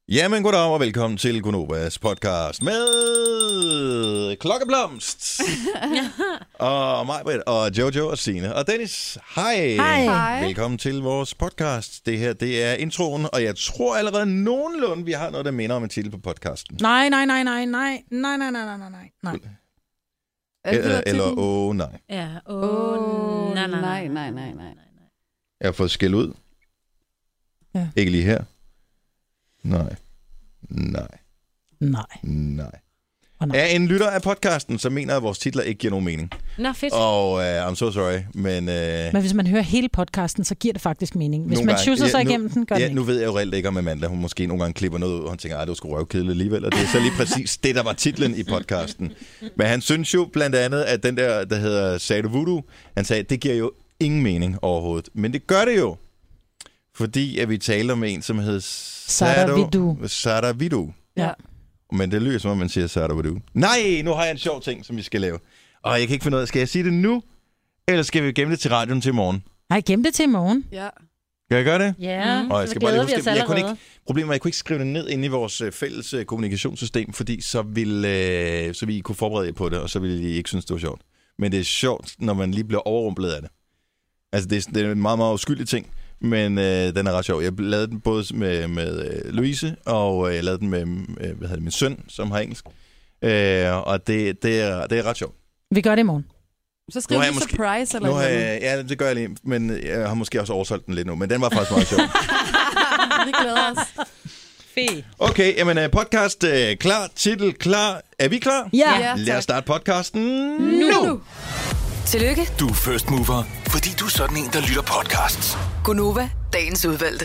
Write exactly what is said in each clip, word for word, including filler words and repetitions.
Jamen, goddag og velkommen til Gonovas podcast med Klokkeblomst og mig, og Jojo og Signe og Dennis. Hej. Hej. Velkommen til vores podcast. Det her, det er introen, og jeg tror allerede nogenlunde, vi har noget, der minder om en titel på podcasten. Nej, nej, nej, nej, nej, nej, nej, nej, nej, nej, nej. Eller, eller åh, oh, nej. Ja, åh, oh, nej, nej, nej, nej, nej, nej. Jeg har fået skæld ud. Ja. Ikke lige her. Nej. Nej. Nej. Nej. Oh, nej. Er en lytter af podcasten, så mener at vores titler ikke giver nogen mening. Nå, fedt. Og uh, I'm so sorry, men... Uh, Men hvis man hører hele podcasten, så giver det faktisk mening. Hvis nogle man gange- chusser sig ja, nu- igennem den, gør ja, det nu ikke. ved jeg jo reelt ikke, om Amanda, hun måske nogle gange klipper noget ud, og hun tænker, at det var sgu røvkedeligt alligevel, og det er så lige præcis det, der var titlen i podcasten. Men han synes jo blandt andet, at den der, der hedder Sagde du Voodoo, han sagde, det giver jo ingen mening overhovedet. Men det gør det jo, fordi at vi taler om en, som hedder Sada Vidu. Sada Vidu. Ja. Men det lyder som om, man siger Sada Vidu. Nej, nu har jeg en sjov ting, som vi skal lave. Og jeg kan ikke finde ud af, skal jeg sige det nu, eller skal vi gemme det til radioen til i morgen? Nej, gem det til i morgen. Ja. Kan jeg gøre det? Ja, Og jeg så skal bare lige glæder vi huske, os jeg kunne allerede. ikke, problemet er, at jeg kunne ikke skrive det ned inde i vores øh, fælles øh, kommunikationssystem, fordi så ville, øh, så ville I kunne forberede jer på det, og så ville I ikke synes, det var sjovt. Men det er sjovt, når man lige bliver overrumplet af det. Altså, det er, det er en meget, meget uskyldig ting, men øh, den er ret sjov. Jeg lavede den både med, med øh, Louise, og øh, jeg lavede den med øh, hvad hedder det, min søn, som har engelsk. Øh, og det, det, er, det er ret sjovt. Vi gør det i morgen. Så skriver Nu har du jeg måske- surprise eller Nu har noget. jeg, ja, det gør jeg lige, men jeg har måske også oversolgt den lidt nu, men den var faktisk meget sjov. Vi glæder os. Fed. Okay, jamen øh, podcast øh, klar, titel klar. Er vi klar? Ja. Ja. Lad os starte podcasten Nu. nu. Tillykke, Du er first mover, fordi du er sådan en, der lytter podcasts. Gunova, dagens udvalgte.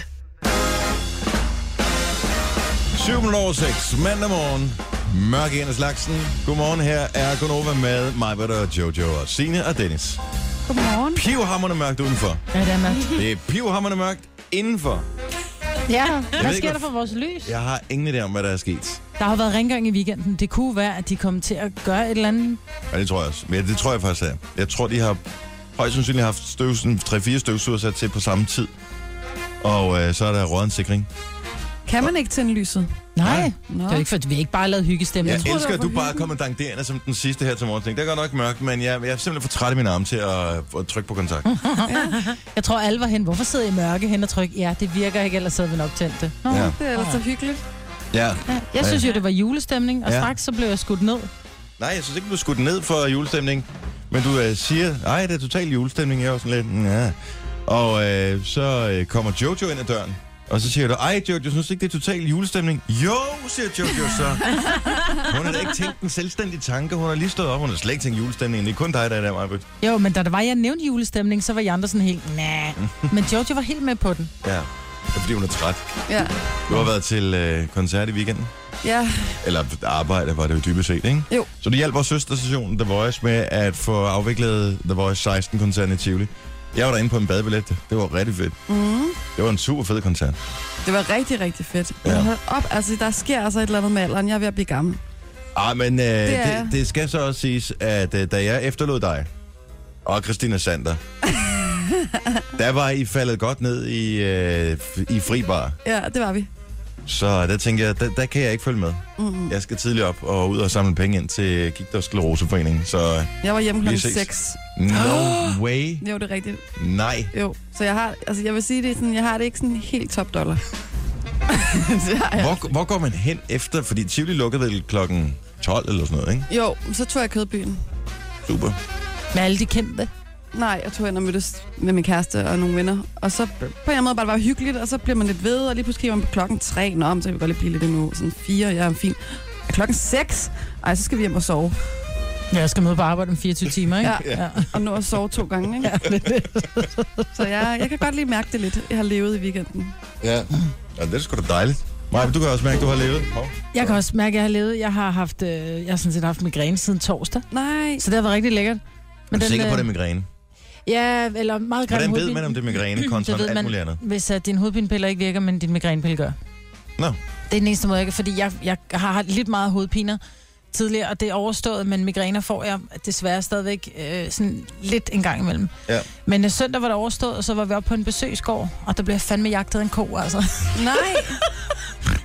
syv minutter over seks, mandag morgen. Mørk en af slagsen. Godmorgen, her er Gunova med mig, Britta, og Jojo og Signe og Dennis. Godmorgen. Pivhamrende mørkt udenfor. Ja, det er mørkt. Det er pivhamrende mørkt indenfor. Ja, ved hvad ikke, sker der hvad- for vores lys? Jeg har ingen idé om, hvad der er sket. Der har været rengøring i weekenden. Det kunne være, at de kom til at gøre et eller andet. Ja, det tror jeg også. Men det tror jeg faktisk er. Jeg tror, de har højst sandsynligt haft støv, sådan tre fire støvsuger sat til på samme tid. Og øh, så er der råd en sikring. Kan man ikke tænde lyset? Nej, Nå. det er jo ikke, for vi har ikke bare lavet hyggestemning. Jeg troede, elsker, det at var du for bare hyggen. kommer danderende som den sidste her til morgen. Det er godt nok mørkt, men jeg, jeg er simpelthen for træt i mine arme til at, at trykke på kontakt. Jeg tror, alle var hen. Hvorfor sidder I i mørke hen og trykke? Ja, det virker ikke, ellers havde vi nok tændt det. Nå. Ja. Det er ellers så hyggeligt. Ja. Ja, jeg synes jo, det var julestemning, og Ja. straks så blev jeg skudt ned. Nej, jeg synes ikke, du er skudt ned for julestemning. Men du øh, siger, nej, det er total julestemning. Jeg er jo sådan lidt, "Mm, ja." Og øh, så øh, kommer Jojo ind ad døren. Og så siger du, ej Jojo, jeg synes ikke, det er total julestemning. Jo, siger Jojo så. Hun har da ikke tænkt en selvstændig tanke. Hun har lige stået op, hun har slet ikke tænkt julestemning. Det er kun dig, der er der, Majbrit. Jo, men da der var, jeg nævnte julestemning, så var I andre sådan helt, næh. Men Jojo var helt med på den. Ja, det er fordi, hun er træt. Ja. Du har været til øh, koncert i weekenden. Ja. Eller arbejde var det jo dybest set, ikke? Jo. Så du hjalp vores søsterstation, The Voice, med at få afviklet The Voice seksten-koncerten i Tivoli. Jeg var derinde på en badebillet. Det var rigtig fedt. Mm. Det var en super fed koncert. Det var rigtig, rigtig fedt. Ja. Ja. Hold op, altså der sker altså et eller andet med alderen. Jeg er ved at blive gammel. Ah, men øh, det, er- det, det skal så også siges, at øh, da jeg efterlod dig og Christina Sander, der var I faldet godt ned i, øh, i fribar. Ja, det var vi. Så der tænkte jeg, der, der kan jeg ikke følge med. Mm. Jeg skal tidligt op og ud og samle penge ind til Gigt- og Skleroseforeningen. Så Jeg var hjemme Vi klokken ses. seks. no way. Jo, det er rigtigt. Nej. Jo, så jeg har, altså jeg vil sige det er sådan, jeg har det ikke sådan helt top dollar. Det har jeg. Hvor, hvor går man hen efter? Fordi Tivoli lukkede vel klokken tolv eller sådan noget, ikke? Jo, så tog jeg kødbyen. Super. Med alle de kendte. Nej, jeg tog ind og mødtes med min kæreste og nogle venner. Og så på en eller anden måde bare det var hyggeligt, og så bliver man lidt ved, og lige pludselig er man på klokken tre. Nå, men så kan vi godt lige blive lidt endnu. Sådan fire, ja, fint. Er klokken seks? Ej, så skal vi hjem og sove. Ja, jeg skal møde på arbejde om fireogtyve timer, ikke? Ja. ja. Og nå at sove to gange, ikke? Ja, det er det. Så jeg, jeg kan godt lige mærke det lidt. Jeg har levet i weekenden. Ja. Ja, det er sgu da dejligt. Maja, du kan også mærke, at du har levet. Hov. Jeg kan også mærke, at jeg har levet. Jeg har haft, øh, jeg har sådan set haft migræne siden torsdag. Nej. Så det har været rigtig lækkert. Men er du sikker på, øh, det er migræne? Ja, eller meget grim Hvordan ved hovedpine. man, om det er migræne kontra Det ved alt man, muligt andet? hvis uh, din hovedpinepiller ikke virker, men din migrænepille gør. Nå. Det er den eneste måde, jeg kan, fordi jeg, jeg har lidt meget hovedpiner tidligere, og det er overstået, men migræner får jeg desværre stadigvæk øh, sådan lidt en gang imellem. Ja. Men øh, søndag var det overstået, og så var vi oppe på en besøgsgård, og der blev jeg fandme jagtet af en ko, altså. Nej.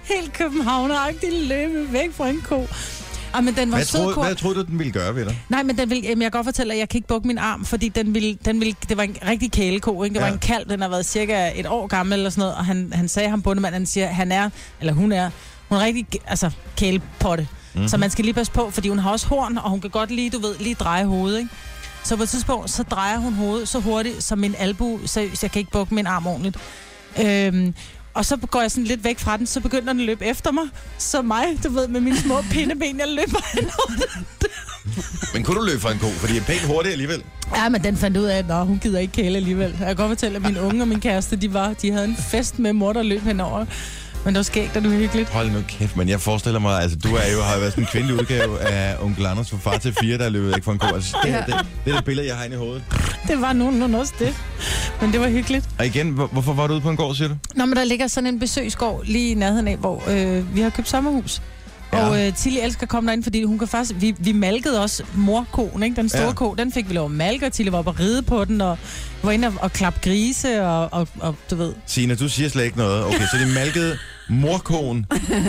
helt københavneragtig løbe væk fra en ko. Ah, men den var Hvad sød, troede, ko. hvad troede du, den ville gøre ved dig? Nej, men den vil, jeg kan godt fortælle, at jeg kan ikke bukke min arm, fordi den ville, den ville, det var en rigtig kæleko, ikke? Det var Ja. en kalv, den har været cirka et år gammel eller sådan noget, og han, han sagde ham bondemand, han siger, han er, eller hun er, hun er rigtig, altså, kælepotte. Mm-hmm. Så man skal lige passe på, fordi hun har også horn, og hun kan godt lige, du ved, lige dreje hovedet, ikke? Så på et tidspunkt, så drejer hun hovedet så hurtigt, som min albu, så jeg kan ikke bukke min arm ordentligt. Øhm, og så går jeg sådan lidt væk fra den, så begynder den at løbe efter mig. Så mig, du ved, med mine små pindeben, jeg løber hen over den. Men kunne du løbe fra en ko? Fordi det er pænt hurtigt alligevel. Ja, men den fandt ud af, at nå, hun gider ikke kæle alligevel. Jeg kan godt fortælle, at min unge og min kæreste, de, var, de havde en fest med mor, der løb henover. Men det var skægt, og det var hyggeligt. Hold nu kæft, men jeg forestiller mig, altså du er jo, har jo været sådan en kvindelig udgave af onkel Anders fra Far til Fire, der er løbet væk fra en ko. Altså, det, det, det, det er det billede, jeg har inde i hovedet. Det var nogenlunde også det. Men det var hyggeligt. Og igen, hvor, hvorfor var du ude på en gård, siger du? Nå, men der ligger sådan en besøgsgård lige i nærheden af, hvor øh, vi har købt sommerhus. Ja. Og øh, Tilly elsker at komme derind, fordi hun kan faktisk... Vi, vi malkede også morkoen, ikke? Den store Ja. ja. ko, den fik vi lov at malke, og Tilly var oppe at ride på den, og var inde og, og klappe grise, og, og, og du ved... Signe, du siger slet ikke noget. Okay, så de malkede morkoen.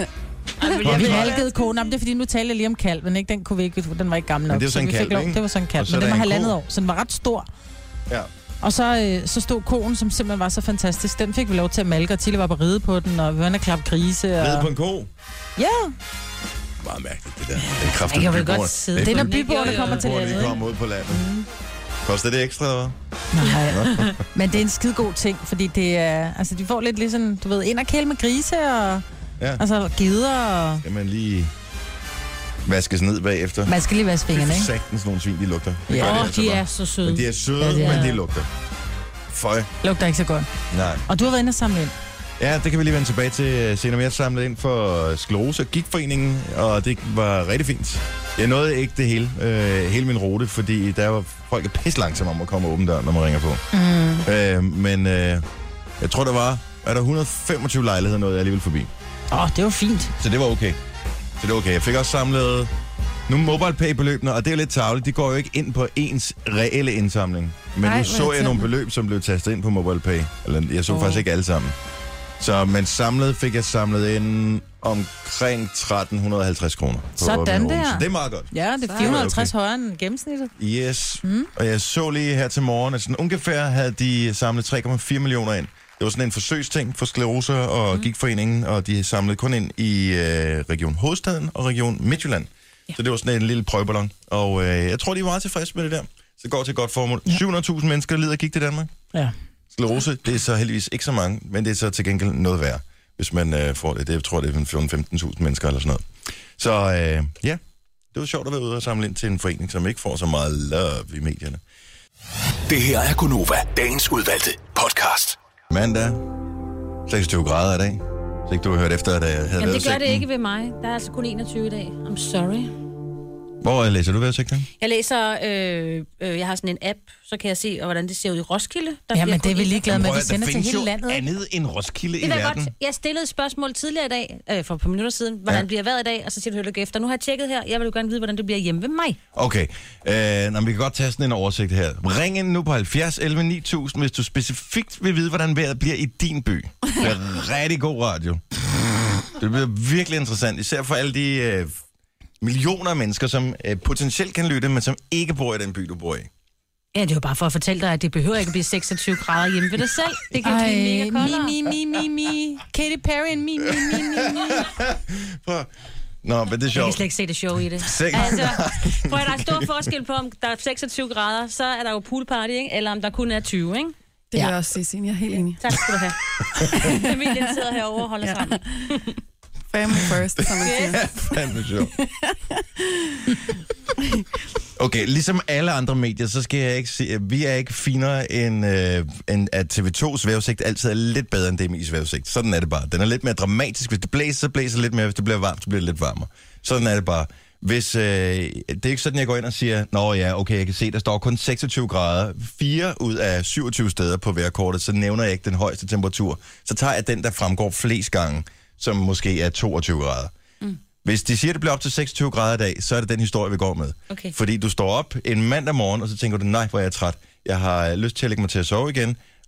Ja, vi malkede koen. Jamen, det er fordi, nu taler jeg lige om kalven, ikke? Den kunne vi ikke... Den var ikke gammel nok. Men det er jo sådan så en vi fik kalv, lov- ikke? Det var sådan en kalv, Og så men er den der var en halvandet ko. år, så den var ret stor. Ja. Og så, øh, så stod koen, som simpelthen var så fantastisk. Den fik vi lov til at malke, og Tilly var på at ride på den, og vi var inde og klappe grise. Og... Ride på en ko? Ja, Meget mærkeligt, det der. Den kraftige Jeg kan vel byboer. godt sidde. Det det er når Jo, byboerne jo. kommer til Byboerne, landet, de ikke? kommer ud på landet. Mm. Koster det ekstra, eller hvad? Nej, men det er en skide god ting, fordi det er, altså de får lidt ligesom, du ved, ind og kæle med grise og Ja. altså geder og... Skal man lige vaskes ned bagefter? Man skal lige vaske Det fingrene, er ikke? sagtens nogle svin, de lugter. Det Ja. gør Åh, altså de bare. er så søde. Men de er søde, Ja, de er. men de lugter. Føj. Lugter ikke så godt. Nej. Og du har været inde og samle ind. Ja, det kan vi lige vende tilbage til senere. Men jeg samlede ind for Sklerose og Gigtforeningen, og det var rigtig fint. Jeg nåede ikke det hele, øh, hele min rute, fordi der var folk er pisse langsomme om at komme åben dør, når man ringer på. Mm. Øh, men øh, jeg tror, der var er der et hundrede og femogtyve lejligheder, nåede jeg alligevel forbi. Åh, oh, det var fint. Så det var okay. Så det var okay. Jeg fik også samlet nogle MobilePay-beløbene, og det er jo lidt tarveligt. De går jo ikke ind på ens reelle indsamling. Men Nej, nu hvor så jeg irriterende. nogle beløb, som blev tastet ind på MobilePay. Eller jeg så oh. faktisk ikke alle sammen. Så men samlet fik jeg samlet ind omkring tretten halvtreds kroner. på Sådan min rute. der. Så det er meget godt. Ja, det er fire hundrede og halvtreds højere end gennemsnittet. Yes. Mm. Og jeg så lige her til morgen, at sådan ungefær havde de samlet tre komma fire millioner ind. Det var sådan en forsøgsting for Sklerose og mm. Gigtforeningen, og de samlede kun ind i øh, Region Hovedstaden og Region Midtjylland. Ja. Så det var sådan en lille prøveballon. Og øh, jeg tror, de var meget tilfredse med det der. Så det går til et godt formål. Ja. syv hundrede tusind mennesker lider af gigt i Danmark. Ja. Sklerose, det er så heldigvis ikke så mange, men det er så til gengæld noget værd, hvis man øh, får det. Det jeg tror det er fjorten til femten tusind mennesker eller sådan noget. Så øh, ja, det var sjovt at være ude og samle ind til en forening, som ikke får så meget love i medierne. Det her er Gunova, dagens udvalgte podcast. Mandag, seksogtyve grader i dag. Så ikke du har hørt efter, at jeg havde Jamen, det gør det vejrudsigten. ikke ved mig. Der er altså kun enogtyve i dag. I'm sorry. Hvor øh, læser du vejrudsigten? Jeg læser, øh, øh, jeg har sådan en app, så kan jeg se, hvordan det ser ud i Roskilde. Der Ja, bliver men kun det er vi en- ligeglade med, Prøv vi at- sender der til findes hele jo landet. andet end Roskilde i Det ved jeg verden. godt. Jeg stillede et spørgsmål tidligere i dag, øh, for et par minutter siden, hvordan Ja. ja. bliver vejret i dag, og så siger du, hør lykke efter. Nu har jeg tjekket her, jeg vil jo gerne vide, hvordan det bliver hjemme ved mig. Okay, øh, nå, vi kan godt tage sådan en oversigt her. Ring ind nu på halvfjerds elleve ni tusind, hvis du specifikt vil vide, hvordan vejret bliver i din by. Det er rigtig god radio. Det bliver virkelig interessant, især for alle de øh, millioner af mennesker, som øh, potentielt kan lytte, men som ikke bor i den by, du bor i. Ja, det er jo bare for at fortælle dig, at det behøver ikke at blive seksogtyve grader hjemme ved dig selv. Det kan blive mega Ej, koldere. mi, mi, mi, mi, mi. Katy Perry and mi, mi, mi, mi, mi. Prøv. Nå, men det er Jeg kan sjovt. slet ikke se det show i det. Seks- Altså, prøv at der er stor forskel på, om der er seksogtyve grader, så er der jo poolparty, ikke? Eller om der kun er tyve, ikke? Det vil Ja. jeg også sige, Signe. Jeg er helt enig. Tak skal du have. Familien sidder herovre og holder ja. sammen. Family first, som man siger. Fandme sjovt. Okay, ligesom alle andre medier, så skal jeg ikke sige, at vi er ikke finere end, øh, end at T V to's vejrudsigt altid er lidt bedre end D M I's vejrudsigt. Sådan er det bare. Den er lidt mere dramatisk. Hvis det blæser, så blæser det lidt mere. Hvis det bliver varmt, så bliver det lidt varmere. Sådan er det bare. Hvis, øh, det er ikke sådan, jeg går ind og siger, nå ja, okay, jeg kan se, der står kun seksogtyve grader. Fire ud af syvogtyve steder på vejrkortet, så nævner jeg ikke den højeste temperatur. Så tager jeg den, der fremgår flest gange, som måske er toogtyve grader. Mm. Hvis de siger, at det bliver op til seksogtyve grader i dag, så er det den historie, vi går med. Okay. Fordi du står op en mandag morgen, og så tænker du, nej, hvor er jeg træt. Jeg har lyst til at lægge mig til at sove igen.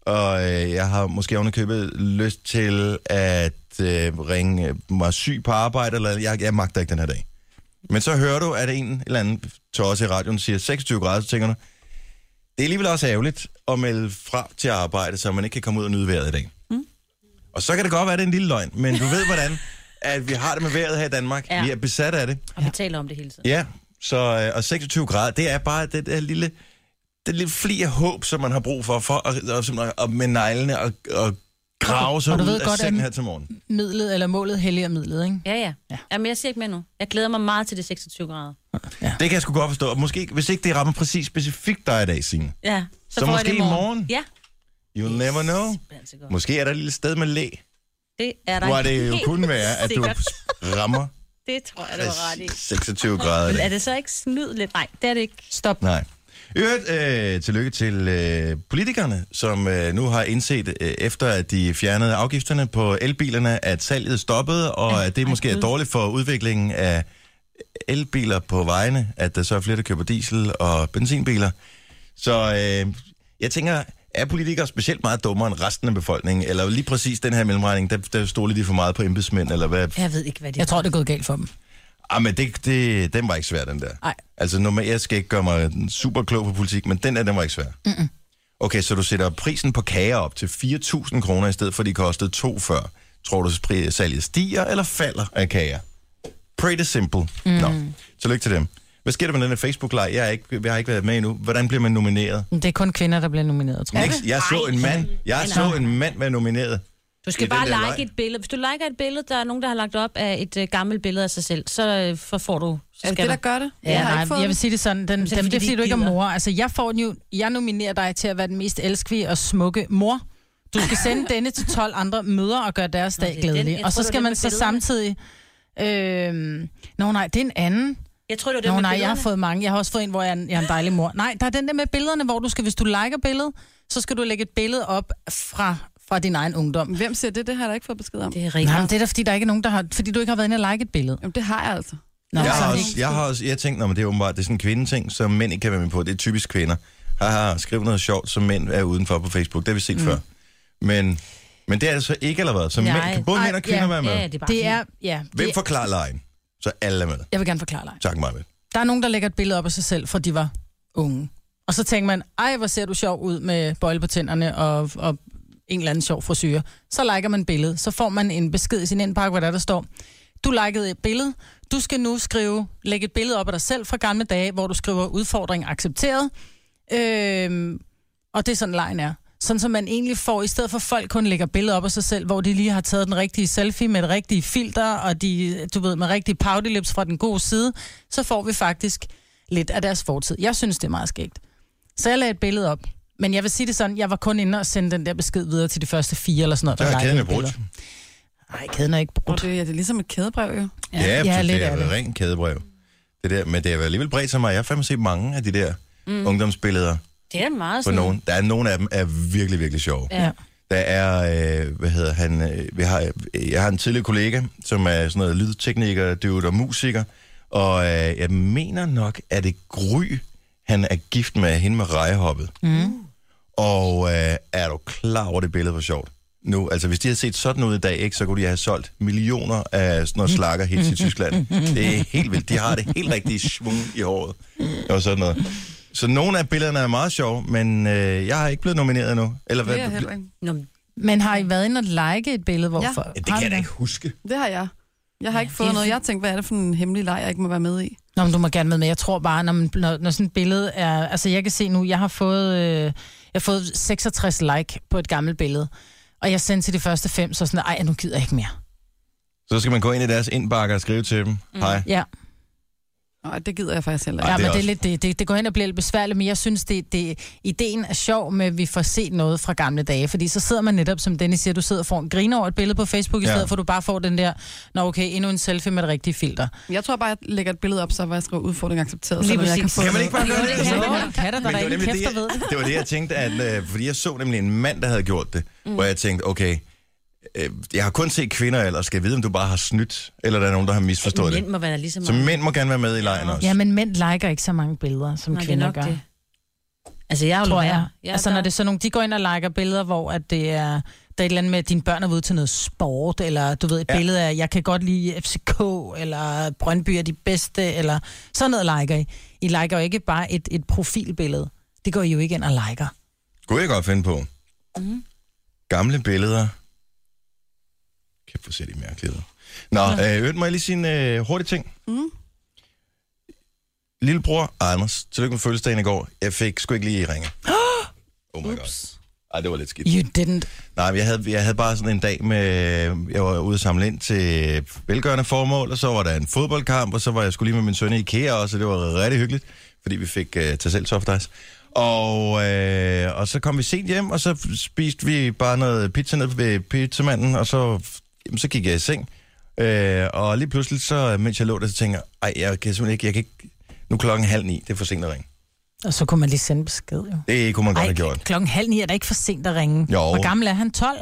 Og øh, jeg har måske ovenikøbet lyst til at øh, ringe mig syg på arbejde, eller jeg, jeg magter ikke den her dag. Men så hører du, at en eller anden tosse i radioen siger seksogtyve grader, så tænker du, det er alligevel også ærgerligt at melde fra til arbejde, så man ikke kan komme ud og nyde vejret i dag. Mm. Og så kan det godt være, at det er en lille løgn, men du ved, hvordan at vi har det med vejret her i Danmark. Ja. Vi er besat af det. Og vi taler om det hele tiden. Ja, så, øh, og seksogtyve grader, det er bare det der lille, det lille fli af håb, som man har brug for, for at, at, at med neglene og, og grave sig og ud ved af godt, sengen her til morgen. Midlet eller målet helliger midlet, ikke? Ja, ja. ja. Jamen, jeg siger ikke mere nu. Jeg glæder mig meget til det seksogtyve grader. Ja. Det kan jeg sgu godt forstå. Og måske, hvis ikke det rammer præcis specifikt dig i dag, Signe. Ja, så, så måske i morgen. morgen. Ja. You'll never know. Måske er der et lille sted med læ. Det er der. Hvor det jo kunne være, at du rammer. Det tror jeg, det var ret i. seksogtyve grader. Men er det så ikke snyd lidt? Nej, det er det ikke. Stop. Nej. Øvrigt, øh, tillykke til øh, politikerne, som øh, nu har indset, øh, efter at de fjernede afgifterne på elbilerne, at salget stoppede, og ja, at det måske er dårligt for udviklingen af elbiler på vejene, at der så er flere, der køber diesel- og benzinbiler. Så øh, jeg tænker, er politikere specielt meget dummere end resten af befolkningen, eller lige præcis den her mellemregning, der, der stoler de for meget på embedsmænd, eller hvad? Jeg ved ikke, hvad de Jeg tror, det er gået galt for dem. Ah, men det, det, den var ikke svær, den der. Nej. Altså, normalt, jeg skal ikke gøre mig super klog på politik, men den der, den var ikke svær. Mm-mm. Okay, så du sætter prisen på kager op til fire tusind kroner, i stedet for, de kostede to før. Tror du, at salget stiger eller falder af kager? Pretty simple. Mm. Nå, tillykke til dem. Hvad sker der med den her Facebook-leg? Jeg har ikke, jeg har ikke været med endnu. Hvordan bliver man nomineret? Det er kun kvinder, der bliver nomineret, tror jeg. Jeg så en mand, jeg så en mand være nomineret. Du skal bare like et billede. Hvis du liker et billede, der er nogen, der har lagt op af et uh, gammelt billede af sig selv, så uh, får du... Så er det det, der gør det? Ja, jeg, nej, jeg vil sige det sådan. Den, det er dem, fordi, det er fordi, de du ikke er gider. mor. Altså, jeg får den jo... Jeg nominerer dig til at være den mest elskvige og smukke mor. Du skal sende denne til tolv andre mødre og gøre deres dag glædelig. Og så skal man så samtidig... Øh... Nå nej, det er en anden... Jeg tror, det var det Nå, med nej, billederne. jeg har fået mange. Jeg har også fået en, hvor jeg er en, jeg er en dejlig mor. Nej, der er den der med billederne, hvor du skal, hvis du liker billedet, så skal du lægge et billede op fra, fra din egen ungdom. Hvem siger det? Det har jeg da ikke fået besked om. Det er rigtigt. Nej, men det er da, fordi der ikke er nogen, der har... Fordi du ikke har været inde og like et billede. Jamen, det har jeg altså. Nå, jeg, så har er det også, ikke- jeg har også, jeg tænkte, men det er åbenbart, det er sådan en kvindeting, som mænd ikke kan være med på. Det er typisk kvinder. Haha, skriv noget sjovt, som mænd er udenfor på Facebook. Det har vi set mm. før. Men, men det er det så ikke, eller hvad? Så Nej. mænd, kan både Ej, mænd og kvinder ja, være med? Ja, det er bare Det er... Ja, Hvem det, forklarer lejen? Så alle er med. jeg vil gerne forklare dig. Tak meget med. Der er nogen, der lægger et billede op af sig selv, fra de var unge. Og så tænker man, ej, hvor ser du sjov ud med bøjle på tænderne og, og en eller anden sjov frisyre. Så liker man billedet. Så får man en besked i sin indpakke, hvor der, der står, du likede et billede. Du skal nu skrive, lægge et billede op af dig selv fra gamle dage, hvor du skriver udfordring accepteret. Øhm, og det er sådan, lejen er. Sådan, som man egentlig får, i stedet for folk kun lægger billeder op af sig selv, hvor de lige har taget den rigtige selfie med det rigtige filter, og de, du ved, med rigtige pouty lips fra den gode side, så får vi faktisk lidt af deres fortid. Jeg synes, det er meget skægt. Så jeg lagde et billede op. Men jeg vil sige det sådan, jeg var kun inde og sende den der besked videre til de første fire eller sådan noget. Der er kæden likede er brudt. billeder. Nej, kæden er ikke Og brudt. det, ja, det er ligesom et kædebrev, jo. Ja, ja, ja, det lidt er af et det. rent kædebrev. Det der, men det er vel alligevel bredt sig mig. Jeg har fandme set mange af de der mm. ungdomsbilleder Det er meget for sådan. nogen. Der er nogle af dem er virkelig, virkelig sjove. Ja. Der er, øh, hvad hedder han, øh, vi har, jeg har en tidligere kollega, som er sådan noget lydtekniker, dude og musiker, og øh, jeg mener nok, at det Gry, han er gift med hende med rejehoppet. Mm. Og øh, er du klar over det billede, hvor sjovt? Nu, altså hvis de havde set sådan ud i dag, ikke, så kunne de have solgt millioner af sådan noget slakker hits i Tyskland. Det er helt vildt. De har det helt rigtigt svung i håret. Og sådan noget. Så nogle af billederne er meget sjove, men øh, jeg har ikke blevet nomineret endnu. Eller hvad? Det er jeg heller ikke. Nå, Men har I været inde og like et billede, hvorfor? Ja, det kan jeg da ikke huske. Det har jeg. Jeg har ikke fået det er- noget. Jeg har tænkt, hvad er det for en hemmelig leg, jeg ikke må være med i? Nå, men du må gerne med, men jeg tror bare, når, man, når, når sådan et billede er... Altså, jeg kan se nu, jeg har fået, øh, jeg har fået seksogtres like på et gammelt billede, og jeg sendte til de første fem, så sådan, ej, nu gider jeg ikke mere. Så skal man gå ind i deres indbakker og skrive til dem. Mm. Hej. Ja, Nej, det gider jeg faktisk heller Ej, ikke. ja det er men det, er også- lidt, det, det, det går hen og bliver lidt besværligt, men jeg synes, det, det, ideen er sjov med, at vi får set noget fra gamle dage, fordi så sidder man netop, som Dennis siger, du sidder og får en griner over et billede på Facebook, i Ja. stedet for, at du bare får den der, nå okay, endnu en selfie med det rigtige filter. Jeg tror bare, jeg lægger et billede op, så hvor jeg skriver udfordring accepteret. Lige så jeg kan præcis. få Kan man noget. ikke bare gøre det? Jo, det kan der, der Men er det var ikke nemlig kæft, der det, ved jeg, det. det var det, jeg tænkte, at, øh, fordi jeg så nemlig en mand, der havde gjort det, mm. hvor jeg tænkte, okay, øh, jeg har kun set kvinder, eller skal jeg vide, om du bare har snydt, eller der er nogen, der har misforstået mænd det. må være lige så Så meget. mænd må gerne være med i lejen også. Ja, men mænd liker ikke så mange billeder, som Nej, det er kvinder nok gør. det. Altså, jeg er jo tror jeg. jeg. jeg Altså, der... når det er sådan nogle, de går ind og liker billeder, hvor at det er, der er et eller andet med, at dine børn er ude til noget sport, eller du ved, et ja. billede af, jeg kan godt lide F C K, eller Brøndby er de bedste, eller sådan noget liker I. I liker jo ikke bare et, et profilbillede. Det går I jo ikke ind og liker. Kunne jeg godt finde på. Mm. Gamle billeder. Kæft, hvor ser de mærkelige ud. Nå, ja. øh, må jeg lige sige en øh, hurtig ting? Mm. Lillebror Anders, tillykke med fødselsdagen i går. Jeg fik sgu ikke lige ringe. Oh my god. Ej, det var lidt skidt. You didn't. Nej, jeg havde, jeg havde bare sådan en dag med... Jeg var ude at samle ind til velgørende formål, og så var der en fodboldkamp, og så var jeg skulle lige med min søn i IKEA også, og det var rigtig hyggeligt, fordi vi fik uh, til selv softice. Og, øh, og så kom vi sent hjem, og så spiste vi bare noget pizza ned ved pizzamanden, og så, jamen, så gik jeg i seng. Øh, og lige pludselig, så, mens jeg lå der, så tænkte jeg, ej, jeg kan simpelthen ikke, jeg kan ikke... Nu er klokken halv ni, det er for sent at ringe. Og så kunne man lige sende besked, jo. Det kunne man godt Ej, have gjort. Klokken halv ni er da ikke for sent at ringe. Jo. Hvor gammel er han? tolv?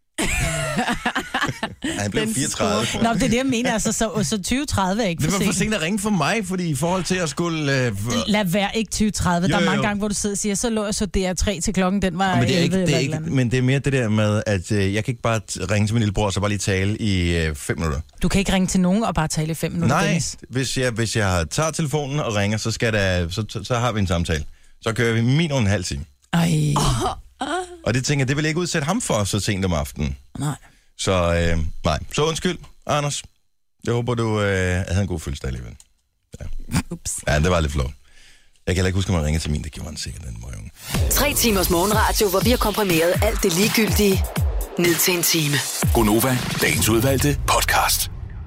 Han blev fireogtredive. Nå, det er det, jeg mener. Altså, så, så tyve tredive er ikke for sent. Det var for sent. sent at ringe for mig, fordi i forhold til at skulle... Øh, Lad være ikke tyve tredive. Der er jo, jo. mange gange, hvor du sidder og siger, så lå jeg så D R tre til klokken, den var men det er ikke, elleve det er eller ikke, eller men det er mere det der med, at øh, jeg kan ikke bare ringe til min lillebror, og så bare lige tale i øh, fem minutter. Du kan ikke ringe til nogen og bare tale i fem minutter, Nej, Dennis. hvis jeg, hvis jeg tager telefonen og ringer, så, skal der, så, så, så har vi en samtale. Så kører vi minimum en halv time. Ej. Og det tænker jeg, det vil jeg ikke udsætte ham for så sent om aftenen. Nej. Så øh, nej. Så undskyld, Anders. Jeg håber, du øh, havde en god fødselsdag alligevel. Ja. Ups. Ja, det var lidt flot. Jeg kan heller ikke huske, at man ringer til min. Det gjorde han sikkert den morgen. Tre timers morgenradio, hvor vi har komprimeret alt det ligegyldige ned til en time. Gonova, dagens udvalgte podcast.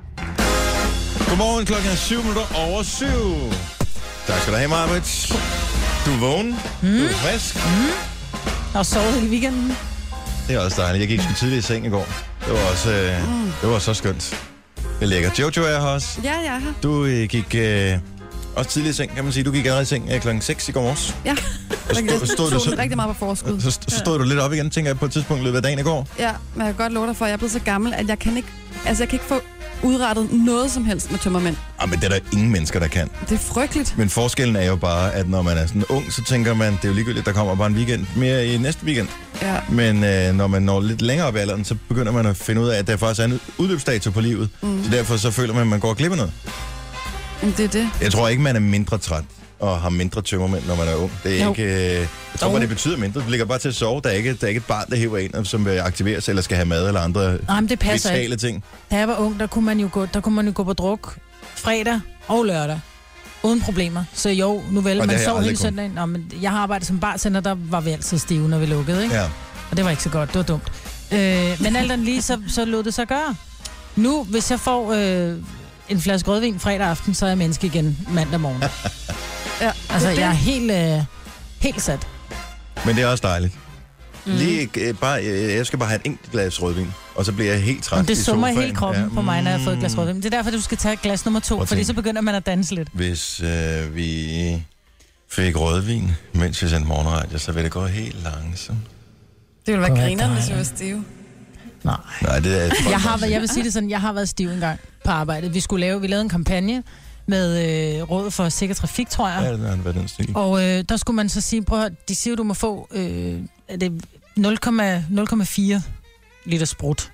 Godmorgen, klokken er syv minutter over syv. Tak skal du have, Marbet. Du er vågen. Mm. Du er frisk. Mm. Og sovet i weekenden. Det er også dejligt. Jeg gik sgu tidligt i seng i går. Det var også øh, mm. det var så skønt. Det er lækkert. Jojo er her også. Ja, jeg er her. Du øh, gik øh, også tidligt i seng, kan man sige. Du gik allerede i seng øh, klokken seks i går morges. Ja. Og stod, stod du så, rigtig meget på forskud. så, så stod du lidt op igen, tænker jeg, på et tidspunkt løbet af dagen i går. Ja, men jeg kan godt love dig for, at jeg er blevet så gammel, at jeg kan ikke, altså jeg kan ikke få udrettet noget som helst med tømmermænd. Ah, men det er der ingen mennesker, der kan. Det er frygteligt. Men forskellen er jo bare, at når man er sådan ung, så tænker man, det er jo ligegyldigt, der kommer bare en weekend mere i næste weekend. Ja. Men øh, når man når lidt længere op i alderen, så begynder man at finde ud af, at der faktisk er en udløbsdato på livet. Mm. Så derfor så føler man, at man går glip af noget. Men det er det. Jeg tror ikke, man er mindre træt og har mindre tømmermænd, når man er ung. Det er Jo. ikke... Øh, jeg tror bare, det betyder mindre. Du ligger bare til at sove. Der er ikke, der er ikke et barn, der hiver ind, som vil aktiveres eller skal have mad eller andre Nej, men det passer vitale ikke. ting. Da jeg var ung, der kunne man jo gå, der kunne man jo gå på druk fredag og lørdag. Uden problemer. Så jo, nu vel, Og det man har jeg sov aldrig hele kunnet. søndagen. Nå, men jeg har arbejdet som bartender, der var vi altid stive, når vi lukkede, ikke? Ja. Og det var ikke så godt, det var dumt. Øh, men alt andet lige, så, så lod det sig gøre. Nu, hvis jeg får øh, en flaske rødvin fredag aften, så er jeg menneske igen mandag morgen. Ja, Altså, det er jeg er det. helt, øh, helt sat. Men det er også dejligt. Mm. Lige, øh, bare, øh, jeg skal bare have et enkelt glas rødvin, og så bliver jeg helt træt Men det i summer sofaen. helt kroppen ja. på mig, når jeg har fået et glas rødvin. Det er derfor, du skal tage glas nummer to, Prøv at fordi tænke. så begynder man at danse lidt. Hvis øh, vi fik rødvin, mens vi sendte morgenradio, så ville det gå helt langsomt. Det ville være Hvor er grineren, hvis dejligt. jeg var stive. Nej. Nej, det er... Jeg har været, jeg vil sige det sådan, jeg har været stiv en gang på arbejdet. Vi skulle lave, vi lavede en kampagne med øh, Rådet for Sikker Trafik, tror jeg. Ja, det har været den stil. Og øh, der skulle man så sige, prøv at høre, de siger, du må få øh, er det nul komma fire liter sprut.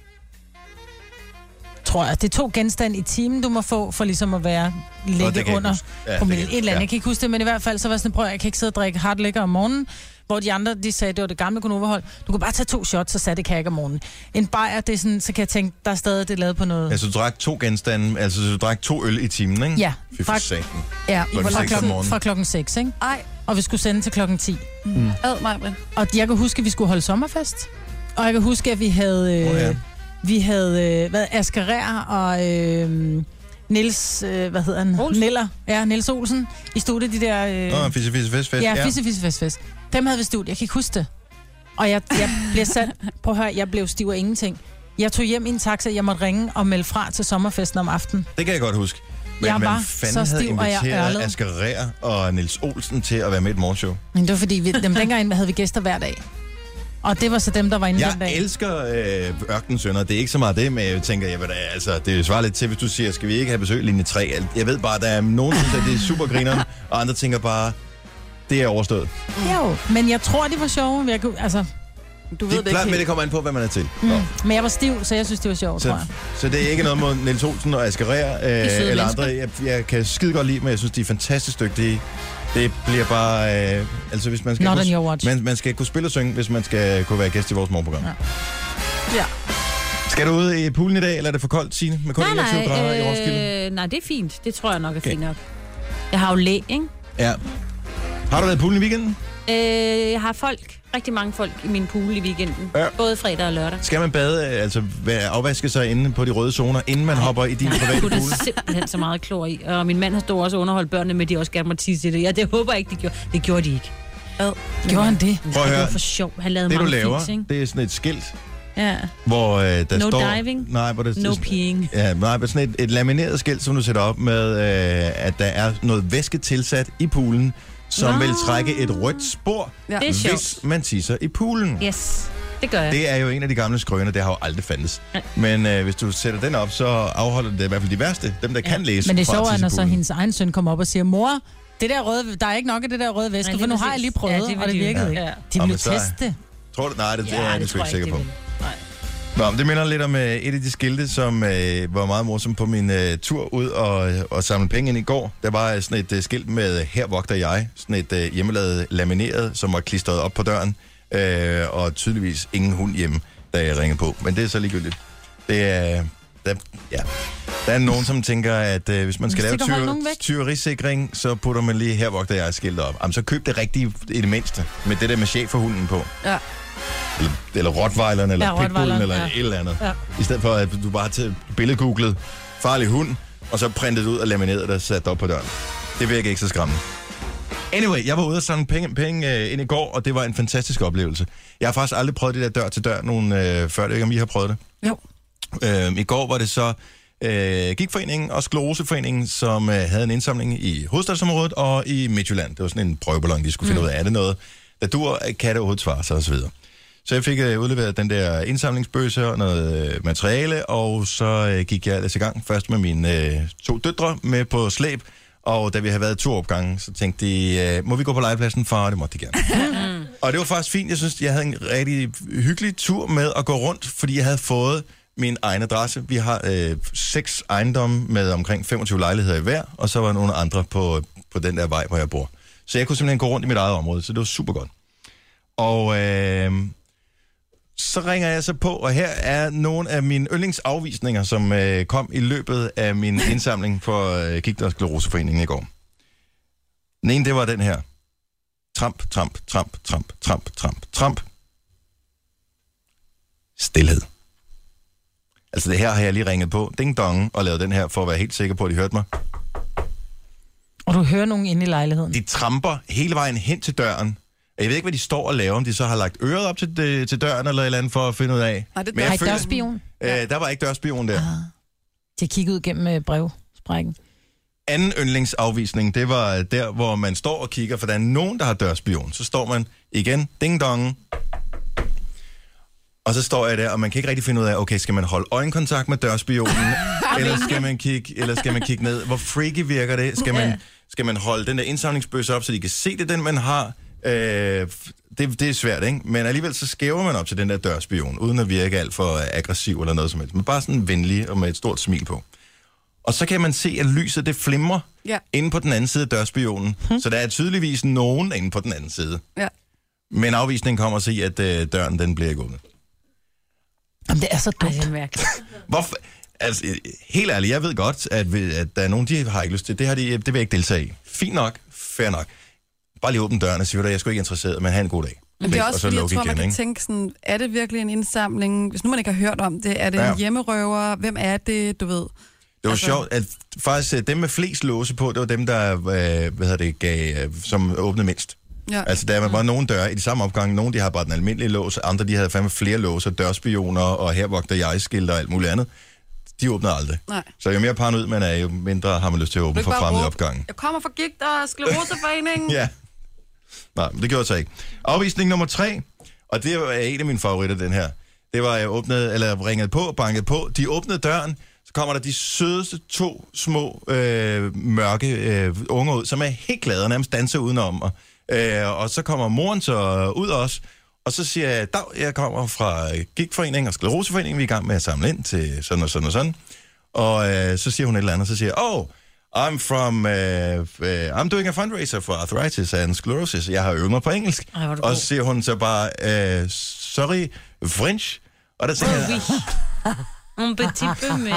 Tror jeg. Det er to genstande i timen, du må få, for ligesom at være Nå, det ligge kan jeg under huske. Ja, det promille. kan Et eller andet. jeg- Jeg kan ikke huske det, men i hvert fald så var jeg sådan, prøv at jeg kan ikke sidde og drikke hard liquor om morgenen, hvor de andre, de sagde, det var det gamle Gonova-hold. Du kan bare tage to shots, så sagde det kan jeg ikke om morgenen. En bajer, det er sådan, så kan jeg tænke, der er stadig det er lavet på noget. Altså, du drak to genstande, altså du drak to øl i timen, ikke? Ja, Fy for fra, satan. ja, Klokken fra, seks om klokken, morgenen. fra klokken seks, ikke? Ej, Og vi skulle sende til klokken ti. ad mig, Brind. Og jeg kan huske, at vi skulle holde sommerfest. Og jeg kan huske, at vi havde... Øh, Åh, ja. Vi havde øh, hvad, Asger Rær og øh, Niels, øh, hvad hedder han? Olsen. Niller. Ja, Niels Olsen. I studiet, de der... Øh, Nå, fisse, fisse, fest, fest. ja, Fisse, Fisse, Fest, Fest. Dem havde vi studiet. Jeg kan ikke huske det. Og jeg, jeg blev sat... Prøv at høre, jeg blev stiv af ingenting. Jeg tog hjem i en taxa, jeg måtte ringe og melde fra til sommerfesten om aftenen. Det kan jeg godt huske. Men Jeg hvem var fanden så havde stiv, og jeg inviteret ørlede. Asger Rær og Niels Olsen til at være med i et morgenshow? Men det var fordi, vi, dem dengang havde vi gæster hver dag. Og det var så dem, der var inde den Jeg dag. elsker øh, Ørkensønner. Det er ikke så meget det, men jeg tænker, jeg ved, da, altså, det svarer lidt til, hvis du siger, skal vi ikke have besøg linje tre? Jeg ved bare, der er nogen, der synes, at det er super grineren, og andre tænker bare, det er overstået. Jo, men jeg tror, de var sjove. Jeg kunne, altså, Du ved Det det er ikke klart, men helt. det kommer an på, hvad man er til. mm. Men jeg var stiv, så jeg synes, det var sjovt, tror Så, jeg. så det er ikke noget mod Niels Olsen og Asger Rær, øh, søde eller mennesker. andre. Jeg, jeg kan skide godt lide, men jeg synes, de er fantastisk dygtige. Det bliver bare... Øh, altså, hvis man skal Not on kunne, your watch. man, man skal kunne spille og synge, hvis man skal kunne være gæst i vores morgenprogram. Ja. Ja. Skal du ud i poolen i dag, eller er det for koldt, Signe? Med kun Nej, enogtyve grader nej, i Roskilde? øh, nej, det er fint. Det tror jeg nok er Okay. fint nok. Jeg har jo læ, ikke? Ja. Har du været i poolen i weekenden? Øh, jeg har folk, rigtig mange folk i min pool i weekenden. Ja. Både fredag og lørdag. Skal man bade, altså være- afvaske sig inde på de røde zoner, inden man hopper i din private Jeg pool? putter simpelthen så meget klor i. Og min mand har stået også og underholdt børnene med, at de også gerne må tisse i det. Ja, det håber jeg ikke, de gjorde. Det gjorde de ikke. Ad. Gjorde han det? Prøv at Det høre. var for sjov. Han lavede Det, du mange laver, fis, ikke? det er sådan et skilt, Ja. hvor øh, der No står... diving, Nej, hvor der, no peeing. Ja, nej, men sådan et, et lamineret skilt, som du sætter op med, øh, at der er noget væske tilsat i poolen, som Nå. vil trække et rødt spor, Ja. Det er sjovt. hvis man tisser i poolen. Yes, det gør jeg. Det er jo en af de gamle skrøner, det har jo aldrig fandtes. Nej. Men øh, hvis du sætter den op, så afholder det i hvert fald de værste, dem der ja. kan læse Men det er fra at sjovt, tisse i når så poolen. hendes egen søn kommer op og siger, mor, det der røde, der er ikke nok af det der røde væske, Nej, for lige nu har jeg præcis. lige prøvet, Ja, ja, det vil og det de jo. virkede Ja. ikke. Ja. De Nå, vil men jo så er- teste det. Tror du? Nej, det, det Ja, er jeg det sgu tror ikke jeg sikker ikke, på. det vil. Nej. Nå, men det minder lidt om øh, et af de skilte, som øh, var meget morsomt på min øh, tur ud og, og samle penge ind i går. Der var øh, sådan et øh, skilt med, her vogter jeg, sådan et øh, hjemmelavet lamineret, som var klistret op på døren, øh, og tydeligvis ingen hund hjemme, da jeg ringede på. Men det er så ligegyldigt. Det er... Der, ja. Der er nogen, som tænker, at øh, hvis man skal Hvis lave det kan holde nogen tyver, væk. tyverisikring, så putter man lige her vogter jeg skiltet op. Jamen, så køb det rigtige i det mindste, med det der med chef for hunden på. Ja. Eller, eller rottweileren, eller Ja, pitbullen, rottweileren, eller ja. et eller andet. Ja. I stedet for, at du bare til billedgooglet farlig hund, og så printet ud og lamineret det og sat op på døren. Det virker ikke så skræmmende. Anyway, jeg var ude og samle penge, penge øh, ind i går, og det var en fantastisk oplevelse. Jeg har faktisk aldrig prøvet det der dør til dør nogen øh, før. Det er ikke, om I har prøvet det. Jo. Øh, I går var det så øh, Gigtforeningen og Skleroseforeningen, som øh, havde en indsamling i hovedstadsområdet og i Midtjylland. Det var sådan en prøveballon, de skulle finde mm. ud af, er det noget, der dur, kan det overhovedet svare sig osv. Så jeg fik øh, udleveret den der indsamlingsbøsse og noget øh, materiale, og så øh, gik jeg ellers i gang først med mine øh, to døtre med på slæb, og da vi havde været to opgange, så tænkte de, øh, må vi gå på legepladsen, far? Det måtte de gerne. Og det var faktisk fint. Jeg synes, jeg havde en rigtig hyggelig tur med at gå rundt, fordi jeg havde fået min egen adresse. Vi har øh, seks ejendomme med omkring femogtyve lejligheder i hver, og så var der nogle andre på, på den der vej, hvor jeg bor. Så jeg kunne simpelthen gå rundt i mit eget område, så det var super godt. Og øh, så ringer jeg så på, og her er nogle af mine yndlingsafvisninger, som øh, kom i løbet af min indsamling for øh, Gigt- og Skleroseforeningen i går. Den ene, det var den her. Tramp, tramp, tramp, tramp, tramp, tramp, tramp. Stilhed. Altså det her har jeg lige ringet på, ding dong, og lavet den her, for at være helt sikker på, at de hørte mig. Og du hører nogen inde i lejligheden. De tramper hele vejen hen til døren. Jeg ved ikke, hvad de står og laver, om de så har lagt øret op til, de, til døren eller et eller andet for at finde ud af. Nej, det Men er jeg Har I føler- dørspion? Øh, der var ikke dørspion der. Ah. De har kigget ud gennem øh, brevsprækken. Anden yndlingsafvisning, det var der, hvor man står og kigger, for der er nogen, der har dørspion. Så står man igen, ding dong. Og så står jeg der, og man kan ikke rigtig finde ud af, okay, skal man holde øjenkontakt med dørspionen, eller skal man kigge, eller skal man kigge ned? Hvor freaky virker det? Skal man, skal man holde den der indsamlingsbøsse op, så de kan se det, den man har? Øh, det, det er svært, ikke? Men alligevel så skæver man op til den der dørspion, uden at virke alt for aggressiv eller noget som helst. Men bare sådan venlig og med et stort smil på. Og så kan man se, at lyset det flimrer Ja. inde på den anden side af dørspionen. Hmm. Så der er tydeligvis nogen inde på den anden side. Ja. Men afvisningen kommer at sige, at øh, døren den bliver ikke åbnet. Jamen, det er så Ej, dumt. det er mærkeligt. Hvorfor? Altså, helt ærligt, jeg ved godt, at, vi- at der er nogen, de har ikke lyst til. Det, har de, det vil jeg ikke deltage i. Fint nok, fair nok. Bare lige åbne døren og sige, at jeg er sgu ikke interesseret, men have en god dag. Men det er Og også så fordi, jeg lukke tror, man igen, kan ikke? tænke sådan, er det virkelig en indsamling? Hvis nu man ikke har hørt om det, er det Ja. en hjemmerøver? Hvem er det, du ved? Det var Altså- sjovt, at faktisk øh, dem med flest låse på, det var dem, der øh, hvad hedder det, gav, øh, som åbnede mindst. Ja. Altså, der var nogle døre i de samme opgang. Nogle, de havde bare den almindelige lås, andre, de havde fandme flere låser, dørspioner, og her vogter jeg-skilte og alt muligt andet. De åbnede aldrig. Nej. Så jo mere paranoid man er, jo mindre har man lyst til at Du åbne kan for bare fremmede råbe, opgangen. Jeg kommer fra Gigt- og Skleroseforeningen. Ja. Nej, men det gjorde jeg så ikke. Afvisning nummer tre, og det var en af mine favoritter, den her. Det var, jeg åbnede, eller ringede på, bankede på. De åbnede døren, så kommer der de sødeste to små, øh, mørke øh, unger ud, som er helt glade og nærmest danser udenom. Og, Øh, og så kommer moren så ud også, og så siger jeg, Dag, jeg kommer fra Gigtforeningen og Skleroseforeningen, vi er i gang med at samle ind til sådan og sådan og sådan. Og øh, så siger hun et eller andet, så siger jeg, oh, I'm from, uh, uh, I'm doing a fundraiser for arthritis and sclerosis. Jeg har øvet mig på engelsk. Ej, og så siger hun så bare, uh, sorry, French. Og der tænker jeg, Un petit peu, mais...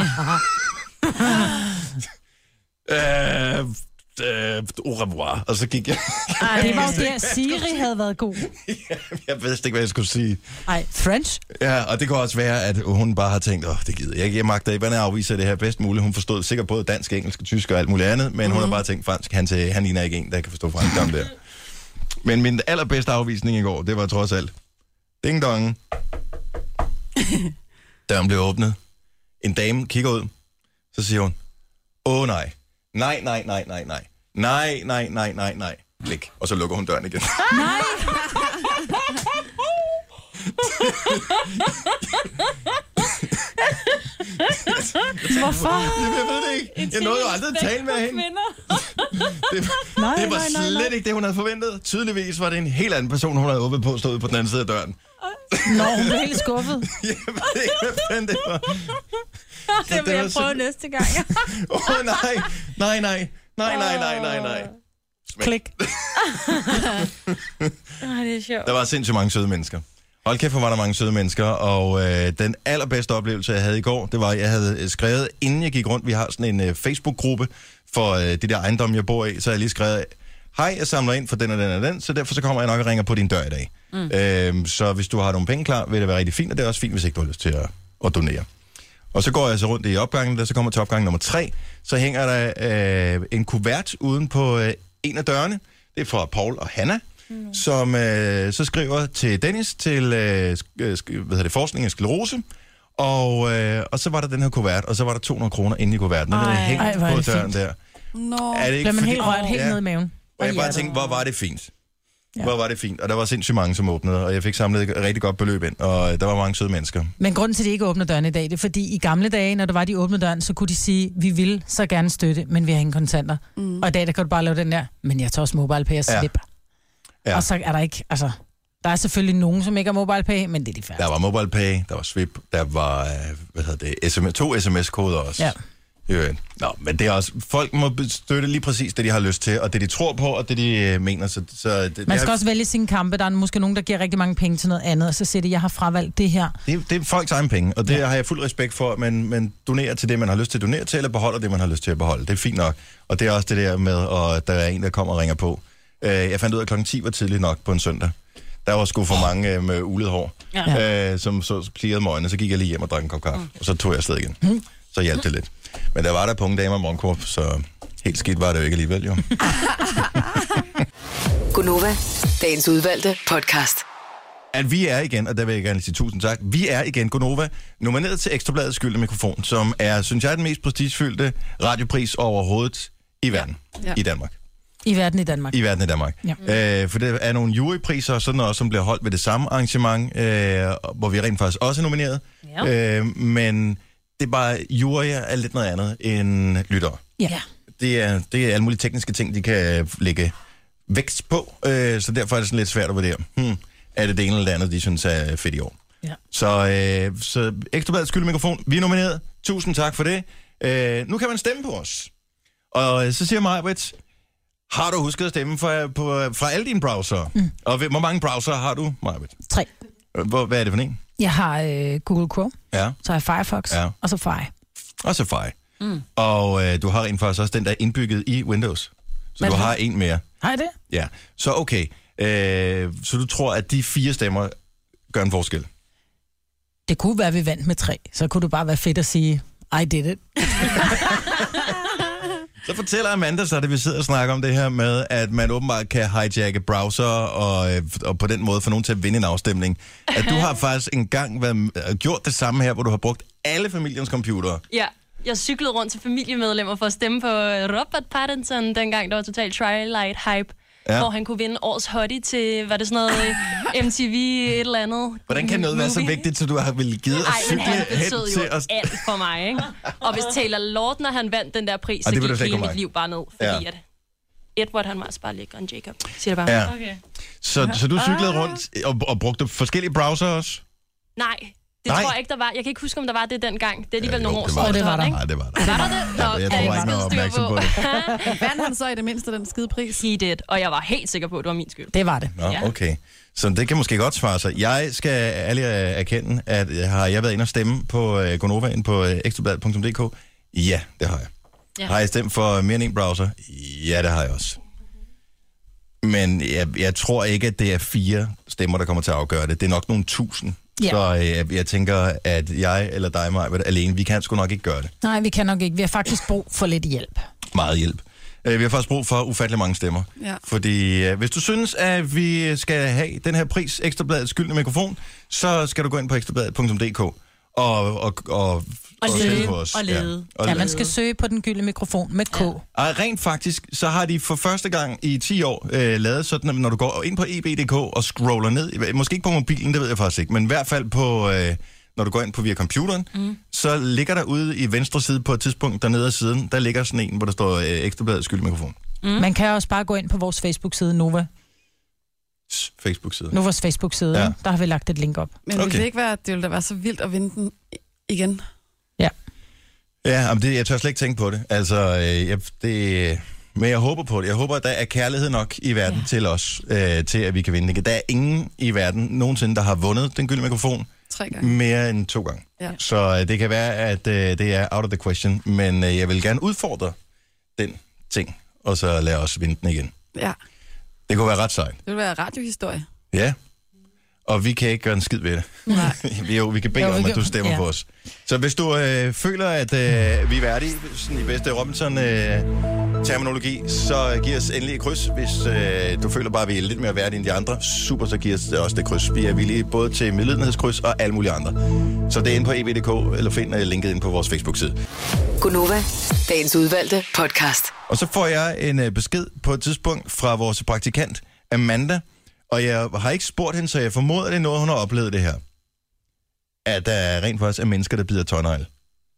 uh, uh, au revoir. Og så gik jeg. Ej, det var jo der, Siri havde været god. Jeg vidste ikke, hvad jeg skulle sige. Ej, French? Ja, og det kan også være, at hun bare har tænkt, åh, oh, det gider jeg ikke. Jeg magter ikke, hvordan jeg afviser det her bedst muligt. Hun forstod sikkert både dansk, engelsk, tysk og alt muligt andet, men mm. hun har bare tænkt fransk. Han, til, han ligner ikke en, der kan forstå fransk om der. Men min allerbedste afvisning i går, det var trods alt. Ding dong. Døren blev åbnet. En dame kigger ud. Så siger hun, åh oh, nej. Nej, nej, nej, nej, nej. Nej, nej, nej, nej, nej. Blik. Og så lukker hun døren igen. Nej! Hvorfor? Jeg ved det ikke. Jeg nåede jo aldrig at tale med hende. Det, nej, det var nej, nej, slet nej. ikke det, hun havde forventet. Tydeligvis var det en helt anden person, hun havde åbnet på, stået på den anden side af døren. Nå, hun blev helt skuffet. Jeg ved ikke, hvad fanden det var. Det vil jeg prøve næste gang. Åh oh, nej, nej, nej, nej, nej, nej, nej, nej. Klik. Ej, det er sjovt. Der var sindssygt mange søde mennesker. Hold kæft, hvor var der mange søde mennesker, og øh, den allerbedste oplevelse, jeg havde i går, det var, at jeg havde skrevet, inden jeg gik rundt, vi har sådan en øh, Facebook-gruppe for øh, det der ejendom, jeg bor i, så har jeg lige skrevet, hej, jeg samler ind for den og den og den, så derfor så kommer jeg nok og ringer på din dør i dag. Mm. Øh, så hvis du har nogle penge klar, vil det være rigtig fint, og det er også fint, hvis ikke du har lyst til at, at donere. Og så går jeg så rundt i opgangen, der så kommer til opgang nummer tre, så hænger der øh, en kuvert uden på øh, en af dørene. Det er fra Paul og Hanna, mm. som øh, så skriver til Dennis til øh, sk- hvad hedder det, forskning af sklerose. Og, øh, og så var der den her kuvert, og så var der to hundrede kroner inde i kuverten. Og den er hængt ej, på det døren fint. der. Nå. Er det ikke Bliver man fordi... helt rørt, helt ja. ned i maven. Og jeg bare tænkte, hvor var det fint. Ja. Hvor var det fint. Og der var sindssygt mange, som åbnede, og jeg fik samlet et rigtig godt beløb ind, og der var mange søde mennesker. Men grunden til, at de ikke åbner døren i dag, det er fordi i gamle dage, når der var de åbne døren, så kunne de sige, vi vil så gerne støtte, men vi har ingen kontanter. Mm. Og i dag, der kan du bare lave den der, men jeg tager også MobilePay og slip. Ja. Ja. Og så er der ikke, altså, der er selvfølgelig nogen, som ikke har MobilePay, men det er de færdige. Der var MobilePay, der var Swip, der var, hvad hedder det, S M S, to sms-koder også. Ja. Øh, nå, men det er også, folk må støtte lige præcis det, de har lyst til, og det, de tror på, og det, de øh, mener. Så, så det, Man skal det er, også vælge sine kampe. Der er måske nogen, der giver rigtig mange penge til noget andet, og så siger de, jeg har fravalgt det her. Det, det er folks egen penge, og det ja. har jeg fuld respekt for, men man donerer til det, man har lyst til at donere til, eller beholder det, man har lyst til at beholde. Det er fint nok. Og det er også det der med, at der er en, der kommer og ringer på. Øh, jeg fandt ud af, at klokken ti var tidligt nok på en søndag. Der var sgu for mange øh, med ulet hår, ja. øh, som så plirrede med øjnene. Så gik jeg lige hjem og drak en kop kaffe, mm. og så tog jeg afsted igen. Mm. Så hjalp det lidt. Men der var der på unge damer morgenkorp, så helt skidt var det jo ikke alligevel, jo. Gunova, dagens udvalgte podcast. At vi er igen, og der vil jeg gerne sige tusind tak, vi er igen, Gunova, nomineret til Ekstrabladets Gyldne Mikrofon, som er, synes jeg, den mest prestigefyldte radiopris overhovedet i verden, ja. Ja. i Danmark. I verden i Danmark. I verden i Danmark. Ja. Øh, for der er nogle jurypriser og sådan noget, som bliver holdt ved det samme arrangement, øh, hvor vi rent faktisk også er nomineret. Ja. Øh, men det er bare, juryer er lidt noget andet end lyttere. Ja. Det er, det er alle mulige tekniske ting, de kan lægge vægt på, øh, så derfor er det sådan lidt svært at vurdere. Hmm, er det det ene eller det andet, de synes er fedt i år. Ja. Så, øh, så Ekstrabladets Gyldne Mikrofon, vi er nomineret. Tusind tak for det. Øh, nu kan man stemme på os. Og så siger Majbrit, har du husket at stemme fra, på, fra alle dine browser? Mm. Og hvor mange browser har du, Majbrit? Tre. Hvor, hvad er det for en? Jeg har øh, Google Chrome, ja. så har jeg Firefox, ja. og så Fire. Og så Fire. Mm. Og øh, du har rent faktisk også den, der er indbygget i Windows. Så du har en mere. Har jeg det? Ja, så okay. Øh, så du tror, at de fire stemmer gør en forskel? Det kunne være, at vi vandt med tre. Så kunne du bare være fedt at sige, I did it. Så fortæller Amanda så, at vi sidder og snakker om det her med, at man åbenbart kan hijacke browser og, og på den måde få nogen til at vinde en afstemning. At du har faktisk engang været, gjort det samme her, hvor du har brugt alle familiens computere. Ja, jeg cyklede rundt til familiemedlemmer for at stemme på Robert Pattinson, dengang der var totalt Twilight hype. Ja. Hvor han kunne vinde års hottie til, var det sådan noget M T V et eller andet. Hvordan kan noget movie være så vigtigt, så du har vel givet at cykle hen til os? Ej, men alt for mig, ikke? Og hvis Taylor Lautner, han vandt den der pris, så gik hele mit liv bare ned. Fordi ja. at Edward, han var altså bare lækker, en Jacob. Siger det bare. Ja. Okay. Så, så du cyklede rundt og, og brugte forskellige browser også? Nej, det Nej. tror jeg ikke, der var. Jeg kan ikke huske, om der var det dengang. Det er alligevel Ja, nogle jo, år det var siden. der. Det var der. ikke? Nej, det var der. Var der det? Nå, Ja, jeg er tror ikke, man var styr opmærksom på det. Vandt han så i det mindste den skide pris? He did, og jeg var helt sikker på, at det var min skyld. Det var det. Nå, Ja. okay. Så det kan måske godt svare sig. Jeg skal ærligt erkende, at har jeg været inde og stemme på uh, Gonovaen på uh, ekstrablad punktum d k? Ja, det har jeg. Ja. Har jeg stemt for mere end en browser? Ja, det har jeg også. Men jeg, jeg tror ikke, at det er fire stemmer, der kommer til at afgøre det. Det er nok nogle tusind. Ja. Så øh, jeg, jeg tænker, at jeg eller dig, Maja, alene, vi kan sgu nok ikke gøre det. Nej, vi kan nok ikke. Vi har faktisk brug for lidt hjælp. Meget hjælp. Øh, vi har faktisk brug for ufattelig mange stemmer. Ja. Fordi øh, hvis du synes, at vi skal have den her pris, Ekstrabladets skyldne mikrofon, så skal du gå ind på ekstrabladet punktum d k og, og, og, og, Og stemme lede. på os. Og lede. Ja, og Ja, lede. man skal søge på den gyldne mikrofon med K. Ja. Og rent faktisk, så har de for første gang i ti år øh, lavet sådan, at når du går ind på e b punktum d k og scroller ned, måske ikke på mobilen, det ved jeg faktisk ikke, men i hvert fald på, øh, når du går ind på via computeren, mm. så ligger der ude i venstre side på et tidspunkt dernede af siden, der ligger sådan en, hvor der står øh, Ekstrabladets skyldne mikrofon. Mm. Man kan også bare gå ind på vores Facebook-side, Nova. Facebook-side. Novas Facebook-side, Ja. ja. Der har vi lagt et link op. Men okay. Okay. ville det ikke være, det ville da være så vildt at vinde den igen? Ja. Ja, men det, jeg tør slet ikke tænke på det. Altså, øh, jeg, det, men jeg håber på det. Jeg håber, at der er kærlighed nok i verden ja. til os, øh, til at vi kan vinde det. Der er ingen i verden nogensinde, der har vundet den gyldne mikrofon Tre gange. mere end to gange. Ja. Så øh, det kan være, at øh, det er out of the question, men øh, jeg vil gerne udfordre den ting, og så lade os vinde den igen. Ja, Det kunne være ret sejt. det ville være radiohistorie. Ja. Og vi kan ikke gøre en skid ved det. Nej. vi, jo, vi kan bede Jo, vi om, at kan- du stemmer ja. på os. Så hvis du øh, føler, at øh, vi er værdige, sådan i bedste Robinson-terminologi, øh, så giv os endelig et kryds. Hvis øh, du føler bare, at vi er lidt mere værdige end de andre, super, så giv os også det kryds. Vi er villige både til medlidenhedskryds og alle mulige andre. Så det er inde på e b punktum d k, eller find linket ind på vores Facebook-side. Gunova, dagens udvalgte podcast. Og så får jeg en øh, besked på et tidspunkt fra vores praktikant, Amanda, og jeg har ikke spurgt hende, så jeg formoder, det er noget, hun har oplevet det her. At der rent faktisk er mennesker, der bider tårnegl.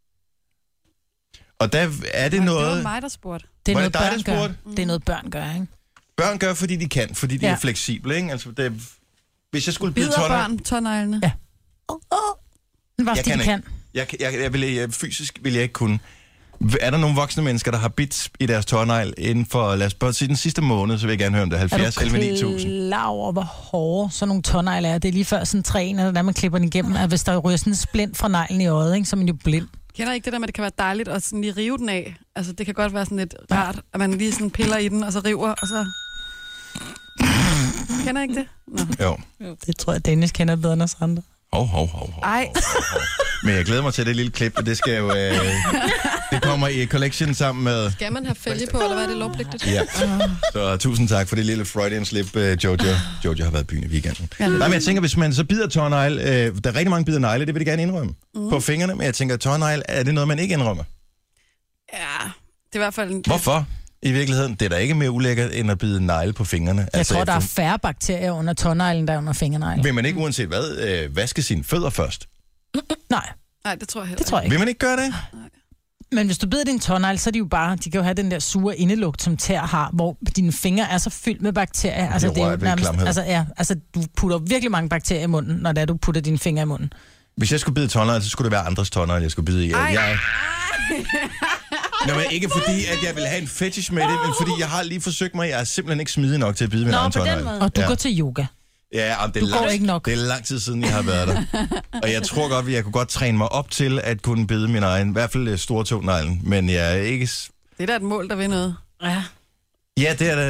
Og der er det Nej, noget, Det var mig, der spurgte. Det er Var noget, det dig, børn der gør. spurgte? Det er noget, børn gør, ikke? børn gør, fordi de kan, fordi de Ja. er fleksible, ikke? Altså, det, hvis jeg skulle bide Bider tårnegl... børn tårneglene? Ja. Bare Jeg fordi kan de ikke. kan. Jeg, jeg, jeg, vil, jeg, fysisk vil jeg ikke kunne. Er der nogle voksne mennesker, der har bidt i deres tårnegl inden for, lad os bare sige, den sidste måned, så vil jeg gerne høre om det. Er halvfjerds elleve ni du tusind. klar over, hvor hårde sådan nogle tårnegle er? Det er lige før sådan træen, eller der man klipper den igennem, at hvis der ryger sådan en splint fra neglen i øjet, ikke, så er man jo blind. Kender I ikke det der med, at det kan være dejligt at sådan lige rive den af? Altså, det kan godt være sådan lidt rart, at man lige sådan piller i den, og så river, og så... Kender I ikke det? Nå. Jo. Det tror jeg, Dennis kender bedre end os andre. Hov, hov, hov, hov. Ej. Men jeg glæder mig til det lille klip, og det skal jo... Øh, det kommer i collection sammen med... Skal man have fælge på, eller hvad er det lovpligtigt? Ja. Så tusind tak for det lille Freudian slip, uh, Jojo. Jojo har været i byen i weekenden. Ja. Nej, men jeg tænker, hvis man så bider tårnegle... Øh, der er rigtig mange bider negle, det vil de gerne indrømme. Mm. På fingrene, men jeg tænker, tårnegle, er det noget, man ikke indrømmer? Ja, det er i hvert fald... En... Hvorfor? I virkeligheden, det er da ikke mere ulækkert, end at bide negle på fingrene. Jeg altså, tror, der er færre bakterier under tårneglen, der er under fingerneglen. Vil man ikke uanset hvad, øh, vaske sine fødder først? Nej, Nej, det tror jeg heller det tror jeg Vil ikke. man ikke gøre det? Men hvis du bider din tårnegle, så er de jo bare, de kan jo have den der sure indelugt, som tær har, hvor dine fingre er så fyldt med bakterier. Altså, det er rører jo ved klamhed. altså, ja, altså, du putter virkelig mange bakterier i munden, når det er, du putter dine fingre i munden. Hvis jeg skulle bide tårnegle, så skulle det være andres tårnegle, jeg skulle bide i. Ej. Jeg... Nå, men ikke fordi, at jeg vil have en fetish med det, men fordi jeg har lige forsøgt mig, jeg er simpelthen ikke smidig nok til at bide min Nå, egen på den tårnegle. måde. Og du Ja. går til yoga. Ja, jamen, det, er Du går lang, ikke nok. det er lang tid siden, jeg har været der. Og jeg tror godt, at jeg kunne godt træne mig op til at kunne bide min egen, i hvert fald store tårneglen, men jeg er ikke... s- Det er da et mål, der vil noget. Ja. Ja, det er det.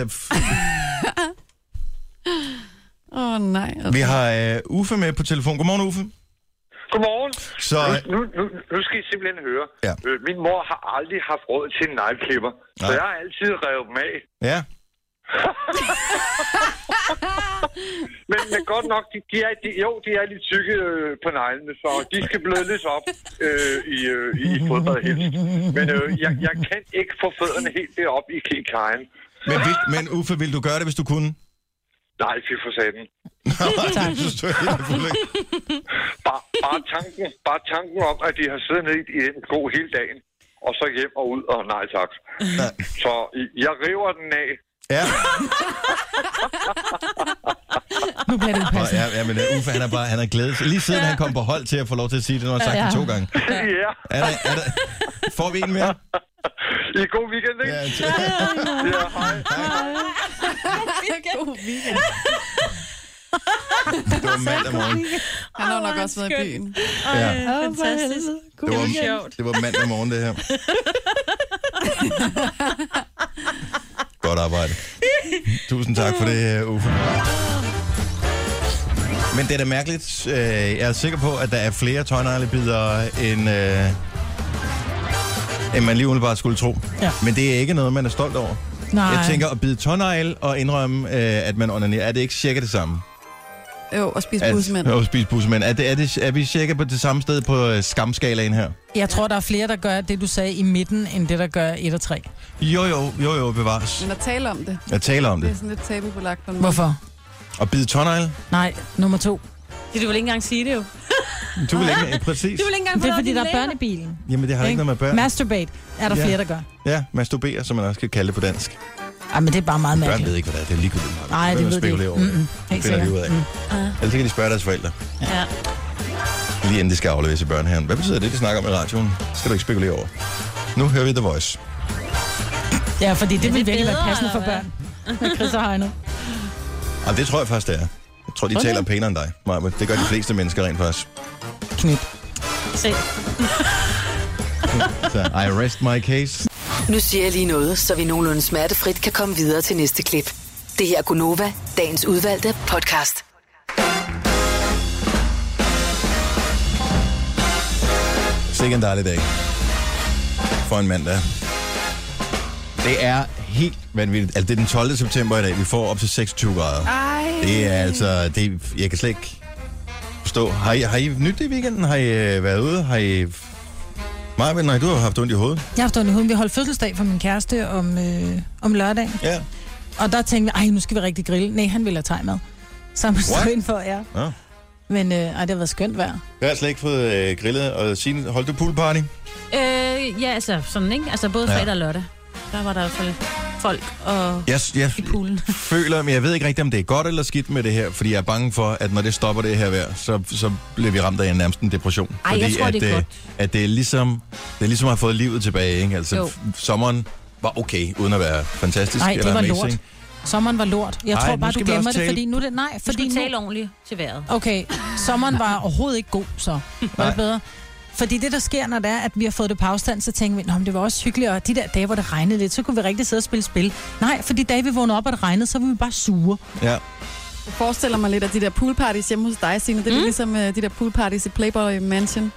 Åh, oh, nej. Altså. Vi har uh, Uffe med på telefon. Godmorgen, Uffe. Godmorgen. Så, Nu, nu, nu skal I simpelthen høre. Ja. Øh, min mor har aldrig haft råd til en negleklipper, så Nej. jeg har altid revet dem af. ja. Men, men godt nok, de, de er, de, jo, de er lidt tykke øh, på neglene, så de skal blødes op øh, i, øh, i fodbad helst. Men øh, jeg, jeg kan ikke få fødderne helt derop i kejen. Men, vil, men Uffe, vil du gøre det, hvis du kunne? Nej, fy for satan. Tak. Jeg synes, du er helt fuldt. Bare, bare, tanken, bare tanken om, at de har siddet ned i den sko hele dagen, og så hjem og ud, og nej tak. Ja. Så jeg river den af, Ja. Nu bliver det Og, upassende. ja, ja, men uh, Uffe, han er bare, han er glædet. Lige siden han kom på hold til at få lov til at sige det, nu har han sagt Ja, ja. det to gange. Ja. Er der, er der, får vi en mere? I god weekend, ikke? Ja, Ja, hej. God weekend. det var mandag morgen. Han har nok også været i byen. Ja. Fantastisk. Det var, det var mandag morgen, det her. Godt arbejde. Tusind tak for det, Uffe. Men det er da mærkeligt. Jeg er sikker på, at der er flere tøjneglebidere, end, øh, end man lige umiddelbart skulle tro. Ja. Men det er ikke noget, man er stolt over. Nej. Jeg tænker, at bide tøjnegle og indrømme, øh, at man onanerer, er det ikke cirka det samme? Jo, og spise bussemænd. Og spise bussemænd. Er, det, er, det, er vi cirka på det samme sted på øh, skamskalaen her? Jeg tror, der er flere, der gør det, du sagde i midten, end det, der gør et og tre. Jo, jo, jo, jo, bevares. Men at tale om det, Jeg taler om det er det. sådan lidt tabubelagt på en måde. Hvorfor? Og bide tøjnegle? Nej, nummer to. Det du vil ikke engang sige det jo. Du vil ikke, præcis. Du vil ikke engang Det er få fordi, lov der til er at børn i bilen. Jamen, det har ikke noget med børn. Masturbate er der Ja. flere, der gør. Ja, masturbere, som man også kan kalde det på dansk. Ej, men det er bare meget Børn mærkeligt. ved ikke, hvad det er. Det er ligegyldigt. Nej, det ved de ikke. Mm-mm. Mm-mm. Helt Finder de sikkert. ud af. Mm. Ellers kan de spørge deres forældre, Ja. lige inden de skal afleveres i børnehaven. Hvad betyder det, de snakker om i radioen? Det skal du ikke spekulere over. Nu hører vi The Voice. Ja, fordi det det vil virkelig være bedre, passende for eller børn. Med Chris og Heino. Og det tror jeg faktisk, det er. Jeg tror, de Okay. taler pænere end dig, Maja, men det gør de fleste mennesker rent faktisk. Knip. Se. Så I rest my case. Nu siger jeg lige noget, så vi nogenlunde smertefrit kan komme videre til næste klip. Det her er Gunova, dagens udvalgte podcast. Sikke en dejlig dag. For en mandag. Det er helt vanvittigt. Altså, det er den tolvte september i dag. Vi får op til seksogtyve grader. Ej. Det er altså... Det, jeg kan slet ikke forstå. Har I, har I nyt det i weekenden? Har I øh, været ude? Har I... Maja, nej, du har haft ondt i hovedet. Jeg har haft ondt i hovedet. Vi holdt fødselsdag for min kæreste om, øh, om lørdagen. Ja. Og der tænkte vi, ej, nu skal vi rigtig grille. Nej, han ville have thai med. Så han stod ind for, ja. Ja. Men øh, ej, det har været skønt vejr. Jeg har slet ikke fået øh, grillet. Og Signe, holdt du poolparty? Øh, ja, altså sådan, ikke? Altså både fredag Ja. og lørdag. Der var der i hvert fald folk og Jeg, jeg i poolen. føler, men jeg ved ikke rigtig, om det er godt eller skidt med det her, fordi jeg er bange for, at når det stopper det her vejr, så, så bliver vi ramt af en nærmest en depression. Ej, fordi jeg tror, at, det er øh, godt. at det er ligesom, det er ligesom at have fået livet tilbage, ikke? Altså, Jo. f- sommeren var okay, uden at være fantastisk Nej, det eller var amazing. lort. Sommeren var lort. Jeg Ej, tror nu bare, du skal vi glemmer også det, tale- fordi nu er det... Nej, Du fordi skal nu... tale ordentligt til vejret. Okay, sommeren var overhovedet ikke god, så. Var Nej. det bedre? Fordi det, der sker, når det er, at vi har fået det på afstand, så tænker vi, nå, men det var også hyggeligt, og de der dage, hvor det regnede lidt, så kunne vi rigtig sidde og spille spil. Nej, for de dage, vi vågnede op, og det regnede, så var vi bare sure. Ja. Jeg forestiller mig lidt, at de der poolparties hjemme hos dig, Signe, det er mm. ligesom uh, de der poolparties i Playboy Mansion.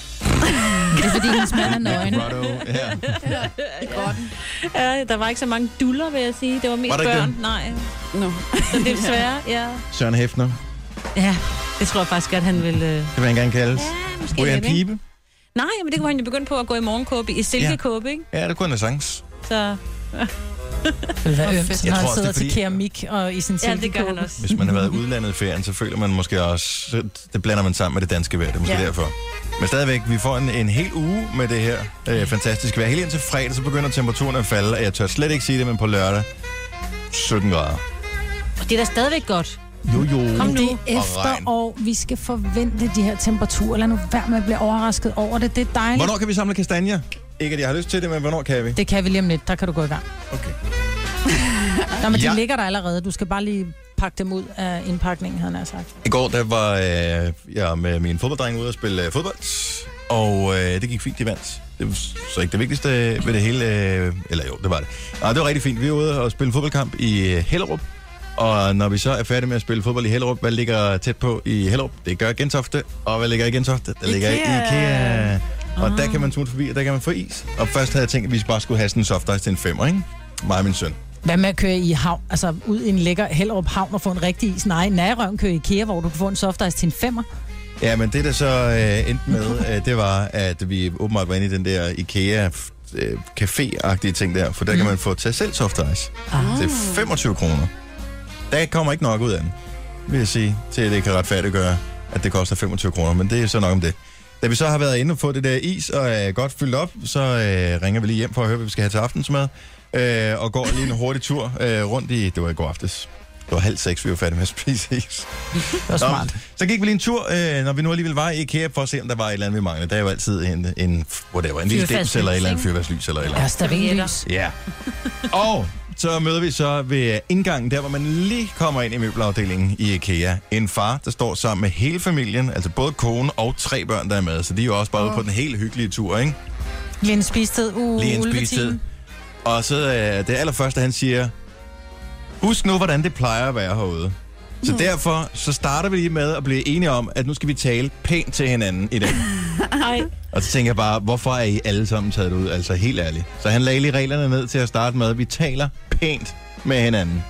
Det er fordi, hendes mand er nøgen. Grotto, ja. I grotten. Ja, der var ikke så mange duller, vil jeg sige. Det var mest Var der ikke børn. det? Nej, No. så det er desværre, ja. Søren Hefner, Ja, det tror jeg faktisk, at han vil... Øh... det vil han gerne kaldes. Ja, måske Ryger han lidt, ikke? pibe? Nej, men det kunne han jo begynde på at gå i morgenkåbe, i silkekåbe, ikke? Ja, det kunne han have sangs. Så Det vil være ømt, Jeg når tror han også, sidder det er til fordi- keramik og i sin ja, det gør han silkekåbe. også. Hvis man har været udlandet i ferien, så føler man måske også, så det blander man sammen med det danske vejr. Det er måske Ja. derfor. Men stadigvæk, vi får en, en hel uge med det her øh, fantastiske vejr. Helt indtil fredag, så begynder temperaturen at falde, og jeg tør slet ikke sige det, men på lørdag, sytten grader. Og det er da stadigvæk godt. Jo, jo. Kom nu. Det er Og regn. efterår. Vi skal forvente de her temperaturer. Lad nu være med at blive overrasket over det. Det er dejligt. Hvornår kan vi samle kastanjer? Ikke, at jeg har lyst til det, men hvornår kan vi? Det kan vi lige om lidt. Der kan du gå i gang. Okay. Nå, men de Ja. ligger der allerede. Du skal bare lige pakke dem ud af indpakningen, havde han sagt. I går, der var øh, jeg med min fodbolddreng ude at spille øh, fodbold, og øh, det gik fint, de vandt. Det var så ikke det vigtigste ved det hele, øh, eller jo, det var det. Nej, det var rigtig fint. Vi var ude og spille fodboldkamp i øh, Hellerup, og når vi så er færdige med at spille fodbold i Hellerup, hvad ligger tæt på i Hellerup? Det gør Gentofte, og hvad ligger i Gentofte? Der ligger i IKEA. Og der kan man smutte forbi, og der kan man få is. Og først havde jeg tænkt, at vi bare skulle have sådan en soft ice til en femmer, ikke? Mig og min søn. Hvad med at køre i havn, altså ud i en lækker Hellerup havn og få en rigtig is? Nej, Nærøven kører i IKEA, hvor du kan få en soft ice til en femmer. Ja, men det der så øh, endte med, øh, det var, at vi åbenbart var inde i den der IKEA øh, café-agtige ting der, for der mm. kan man få tage selv soft ice Ah. til femogtyve kroner. Der kommer ikke nok ud af den, vil jeg sige, til at det kan retfærdiggøre, at det koster femogtyve kroner, men det er så nok om det. Da vi så har været inde og fået det der is og er godt fyldt op, så øh, ringer vi lige hjem for at høre, hvad vi skal have til aftensmad. Øh, og går lige en hurtig tur øh, rundt i... Det var i går aftes. Det var halv seks, vi var færdige med at spise is. Det var smart. Nå, så gik vi lige en tur, øh, når vi nu alligevel var i IKEA, for at se, om der var et eller andet, vi manglede. Der er jo altid en, en, whatever, en lille dims eller et eller andet fyrværkslys eller et eller andet. Ja, stearinlys. Ja. Og så møder vi så ved indgangen, der hvor man lige kommer ind i møbelafdelingen i IKEA. En far, der står sammen med hele familien, altså både kone og tre børn, der er med. Så de er jo også bare ude på den helt hyggelige tur, ikke? Lige en spistid. Uh, lige en spistid. Og så øh, det allerførste, han siger... Husk nu, hvordan det plejer at være herude. Så derfor så starter vi lige med at blive enige om, at nu skal vi tale pænt til hinanden i dag. Ej. Og så tænker jeg bare, hvorfor er I alle sammen taget ud? Altså helt ærligt. Så han lagde lige reglerne ned til at starte med, at vi taler pænt med hinanden.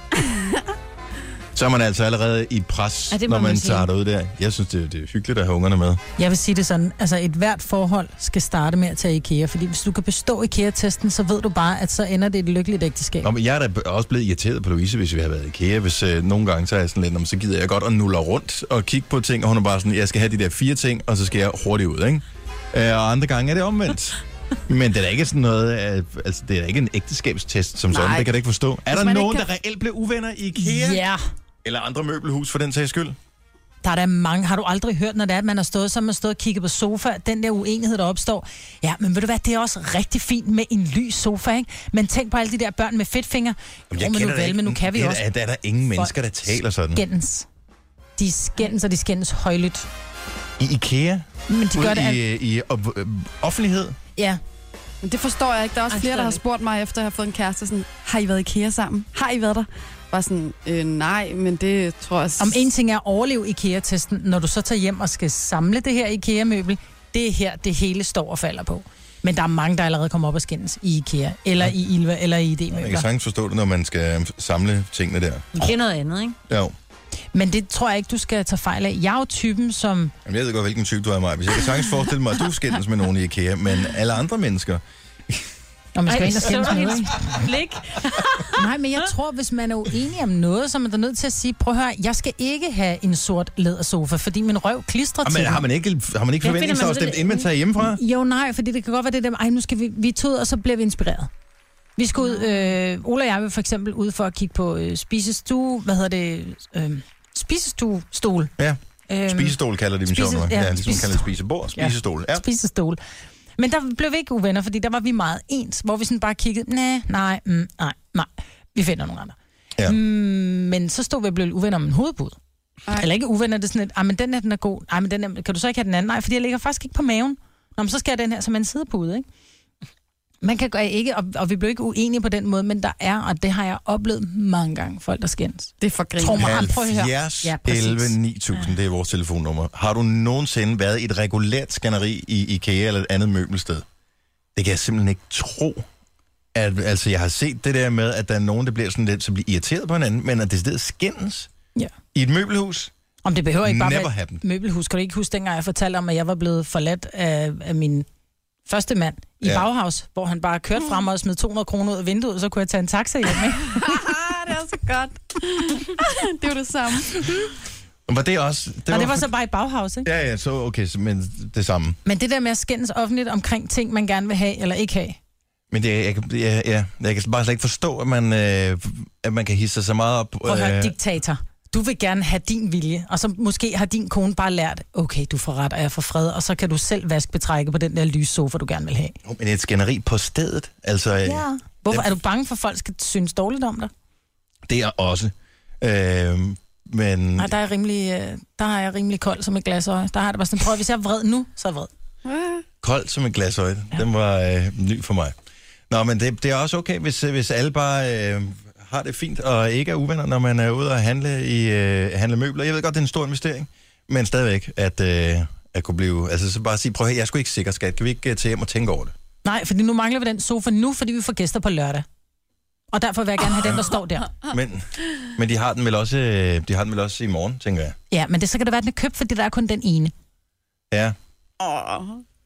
Så er man altså allerede i pres, ja, når man, man tager derud der. Jeg synes, det er, det er hyggeligt at have ungerne med. Jeg vil sige det sådan, altså et hvert forhold skal starte med at tage IKEA, fordi hvis du kan bestå IKEA-testen, så ved du bare, at så ender det et lykkeligt ægteskab. Nå, men jeg er da også blevet irriteret på Louise, hvis vi har været i IKEA. Hvis øh, nogle gange så er jeg sådan lidt, så gider jeg godt at nulle rundt og kigge på ting, og hun er bare sådan, jeg skal have de der fire ting, og så skal jeg hurtigt ud, ikke? Øh, og andre gange er det omvendt. Men det er da ikke sådan noget, altså det er da ikke en ægteskabstest som sådan, det kan jeg ikke forstå. Er der nogen, kan... der reelt blev uvenner i IKEA? Ja. Eller andre møbelhus for den sags skyld? Der er der mange. Har du aldrig hørt, når det er, at man har stået, så man har stået og kigget på sofa, den der uenighed, der opstår. Ja, men ved du hvad, det er også rigtig fint med en lys sofa, ikke? Men tænk på alle de der børn med fedtfinger. Jamen, jeg oh, men nu, vel, ikke, men nu kan vi også. Er der, er der ingen mennesker, der taler sådan? Skændes. De skændes, og de skændes højlydt. I IKEA? Men de Ude gør det i, i, i offentlighed? Ja. Men det forstår jeg ikke. Der er også Ej, flere, der har spurgt mig, efter at have fået en kæreste, sådan, har I været i IKEA sammen? Har I været der? Bare sådan, øh, nej, men det tror jeg... Om en ting er at overleve IKEA-testen, når du så tager hjem og skal samle det her IKEA-møbel, det er her, det hele står og falder på. Men der er mange, der allerede kommer op og skændes i IKEA, eller ja. i Ilva, eller i D-møbler. Man kan sagtens forstå det, når man skal samle tingene der. Det er noget andet, ikke? Jo. Men det tror jeg ikke, du skal tage fejl af. Jeg er jo typen, som... Jamen, jeg ved godt, hvilken type du er, Maja. Hvis jeg kan sagtens forestille mig, at du skændes med nogen i IKEA, men alle andre mennesker... Og man skal Ej, ind og skændes med noget, blik. Nej, men jeg tror, hvis man er uenig om noget, så er man da nødt til at sige, prøv at høre, jeg skal ikke have en sort lædersofa, fordi min røv klistrer til. Men har man ikke, har man ikke forventningsafstemt, inden man tager hjemmefra? Jo, nej, fordi det kan godt være det der, ej, nu skal vi, vi tage ud, og så bliver vi inspireret. Vi skal ud, øh, Ola og jeg vil for eksempel ud for at kigge på øh, spisestue, hvad hedder det, øh, spisestue-stol. Ja, spisestol kalder de dem sjovt nok. Ja, ligesom kalder det spisebord, spisestol. Ja, spisestol. Men der blev vi ikke uvenner, fordi der var vi meget ens, hvor vi sådan bare kiggede, nej, nej, mm, nej, nej, vi finder nogle andre. Ja. Mm, men så stod vi og blev uvenner om en hovedpude. Ej. Eller ikke uvenner, det er sådan et, ah, men den her, den er god. Ej, men den her, kan du så ikke have den anden? Nej, fordi jeg ligger faktisk ikke på maven. Nå, men så skal jeg den her som en sidepude, ikke? Man kan ikke, og, og vi blev ikke uenige på den måde, men der er, og det har jeg oplevet mange gange, folk der skændes. Det er for griner. halvfjerds elleve ni tusind, det er vores telefonnummer. Har du nogensinde været i et regulært skænderi i IKEA eller et andet møbelsted? Det kan jeg simpelthen ikke tro. At, altså, jeg har set det der med, at der er nogen, der bliver sådan lidt, så bliver irriteret på hinanden, men at det stedet skændes ja. i et møbelhus. Om det behøver ikke bare Never være happened. et møbelhus. Kan du ikke huske, dengang jeg fortalte om, at jeg var blevet forladt af, af min første mand i ja. Bauhaus, hvor han bare kørte frem og smed to hundrede kroner ud af vinduet, og så kunne jeg tage en taxa hjem, ikke? Det er så godt. Det var det samme. Var det også... Det og var, det var så bare i Bauhaus, ikke? Ja, ja, så okay, men det samme. Men det der med at skændes offentligt omkring ting, man gerne vil have eller ikke have. Men det, jeg, jeg, jeg, jeg kan bare slet ikke forstå, at man, øh, at man kan hisse sig så meget op. Prøv at høre, diktator. Du vil gerne have din vilje, og så måske har din kone bare lært, okay, du får ret, og jeg får fred, og så kan du selv vaske betrækket på den der lyse sofa, du gerne vil have. Oh, men et skænderi på stedet, altså... Ja. Hvorfor? Er du bange for, at folk skal synes dårligt om dig? Det er også. Øh, men... Nej, der er, rimelig, der har jeg rimelig kold som et glasøje. Der har det bare sådan, prøv, hvis jeg er vred nu, så er jeg vred. Kold som et glasøje, ja. Den var øh, ny for mig. Nå, men det, det er også okay, hvis, hvis alle bare... Øh, har det fint, og ikke er uvenner, når man er ude og handle, i, øh, handle møbler. Jeg ved godt, det er en stor investering, men stadigvæk, at, øh, at kunne blive... Altså, så bare sige, prøv at høre, jeg er sgu ikke sikker, skat. Kan vi ikke uh, tage hjem og tænke over det? Nej, fordi nu mangler vi den sofa nu, fordi vi får gæster på lørdag. Og derfor vil jeg gerne have den, der står der. Men, men de har den vel også, de har den vel også i morgen, tænker jeg. Ja, men det, så kan det være, at den er købt, fordi der er kun den ene. Ja. Åh.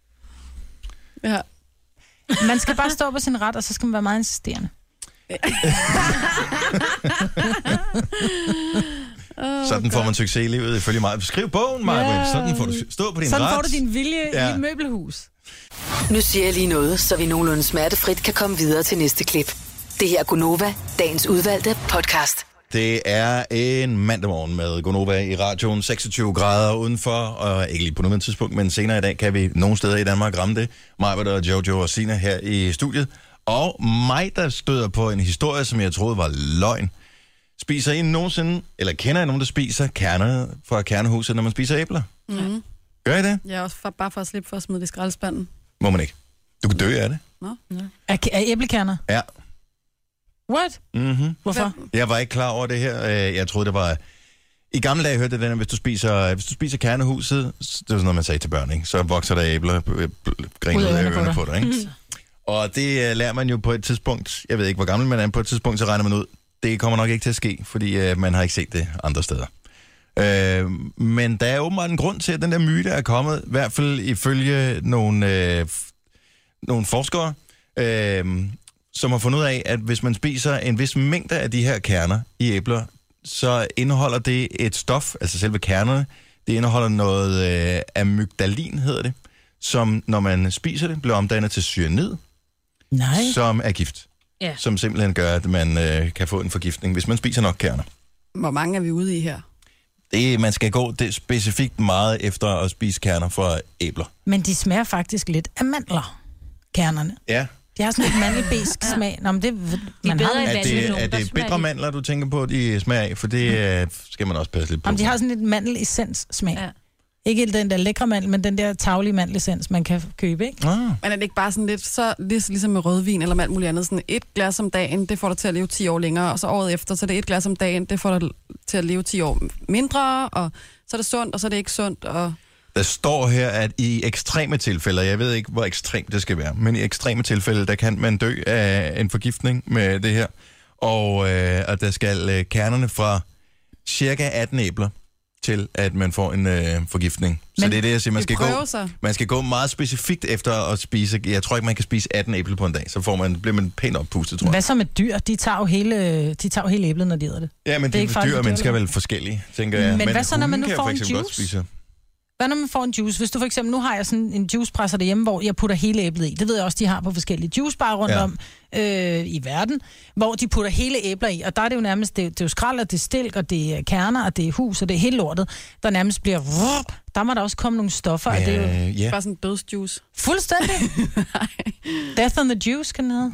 Ja. Man skal bare stå på sin ret, og så skal man være meget insisterende. Oh, Sådan får man succes i livet, ifølge mig. Skriv bogen, Maja. Ja. Sådan får du stå på din Sådan ret. får du din vilje Ja. i et møbelhus. Nu siger jeg lige noget, så vi nogenlunde smertefrit kan komme videre til næste klip. Det her er Gunova, dagens udvalgte podcast. Det er en mandag morgen med Gonova i radioen. seksogtyve grader udenfor, og ikke lige på nuværende tidspunkt, men senere i dag kan vi nogle steder i Danmark ramme det. Majbert og Jojo og Sina her i studiet. Og mig, der støder på en historie, som jeg troede var løgn. Spiser I nogensinde, eller kender I nogen, der spiser kerner fra kernehuset, når man spiser æbler? Mm. Gør I det? Jeg er også for, bare for at slippe for at smide det i skraldespanden. Må man ikke. Du kan dø af det. Nå, ja. Er, er æblekerner? Ja. What? Mm-hmm. Hvorfor? Jeg var ikke klar over det her. Jeg troede, det var... I gamle dage hørte jeg den, at hvis du spiser, hvis du spiser kernehuset, det er sådan noget, man sagde til børn, ikke? Så vokser der æbler, griner ud af ørerne på dig, ikke? Og det uh, lærer man jo på et tidspunkt. Jeg ved ikke, hvor gammel man er, på et tidspunkt, så regner man ud. Det kommer nok ikke til at ske, fordi uh, man har ikke set det andre steder. Uh, men der er åbenbart en grund til, at den der myte er kommet, i hvert fald ifølge nogle, uh, nogle forskere, uh, som har fundet ud af, at hvis man spiser en vis mængde af de her kerner i æbler, så indeholder det et stof, altså selve kernerne, det indeholder noget øh, amygdalin, hedder det, som når man spiser det, bliver omdannet til cyanid, Nej. som er gift. Ja. Som simpelthen gør, at man øh, kan få en forgiftning, hvis man spiser nok kerner. Hvor mange er vi ude i her? Det, man skal gå det specifikt meget efter at spise kerner fra æbler. Men de smager faktisk lidt af mandler, kernerne. Ja. De har sådan en mandelbesk smag. Nå, men det, De er bedre har, end Er det, vandmelon. er Der det smager bitre de- mandler, du tænker på, de smager af? For det øh, skal man også passe lidt på. Jamen, de har sådan et mandelessens-smag. Ja. Ikke den der lækre mandel, men den der taglige mandelessens, man kan købe, ikke? Ah. Men er det ikke bare sådan lidt, så lig- ligesom med rødvin eller med alt muligt andet, sådan et glas om dagen, det får dig til at leve ti år længere, og så året efter, så er det et glas om dagen, det får dig til at leve ti år mindre, og så er det sundt, og så er det ikke sundt, og... Der står her, at i ekstreme tilfælde, og jeg ved ikke, hvor ekstremt det skal være, men i ekstreme tilfælde, der kan man dø af en forgiftning med det her. Og, øh, og der skal øh, kernerne fra cirka atten æbler til, at man får en øh, forgiftning. Så Men det er det, jeg siger, man skal, gå, sig. man skal gå meget specifikt efter at spise. Jeg tror ikke, man kan spise atten æbler på en dag, så får man, bliver man pænt oppustet, tror jeg. Hvad så med dyr? De tager jo hele, de tager jo hele æblet, når de æder det. Ja, men det er de ikke farligt dyr for og mennesker er dyr, vel forskellige, tænker jeg. Men hvad så, når man hunde nu kan får for en eksempel godt juice? spise. Hvad når man får en juice? Hvis du for eksempel, nu har jeg sådan en juicepresser derhjemme, hvor jeg putter hele æblet i. Det ved jeg også, de har på forskellige juicebarer rundt Ja. ja. om øh, i verden, hvor de putter hele æbler i. Og der er det jo nærmest, det, det er jo skrald, og det er stilk, og det er kerner, og det er hus, og det er hele lortet, der nærmest bliver... Der må der også komme nogle stoffer, og det er jo Ja, ja. Bare sådan en dødsjuice. fuldstændig. Death on the juice, kan det hedde.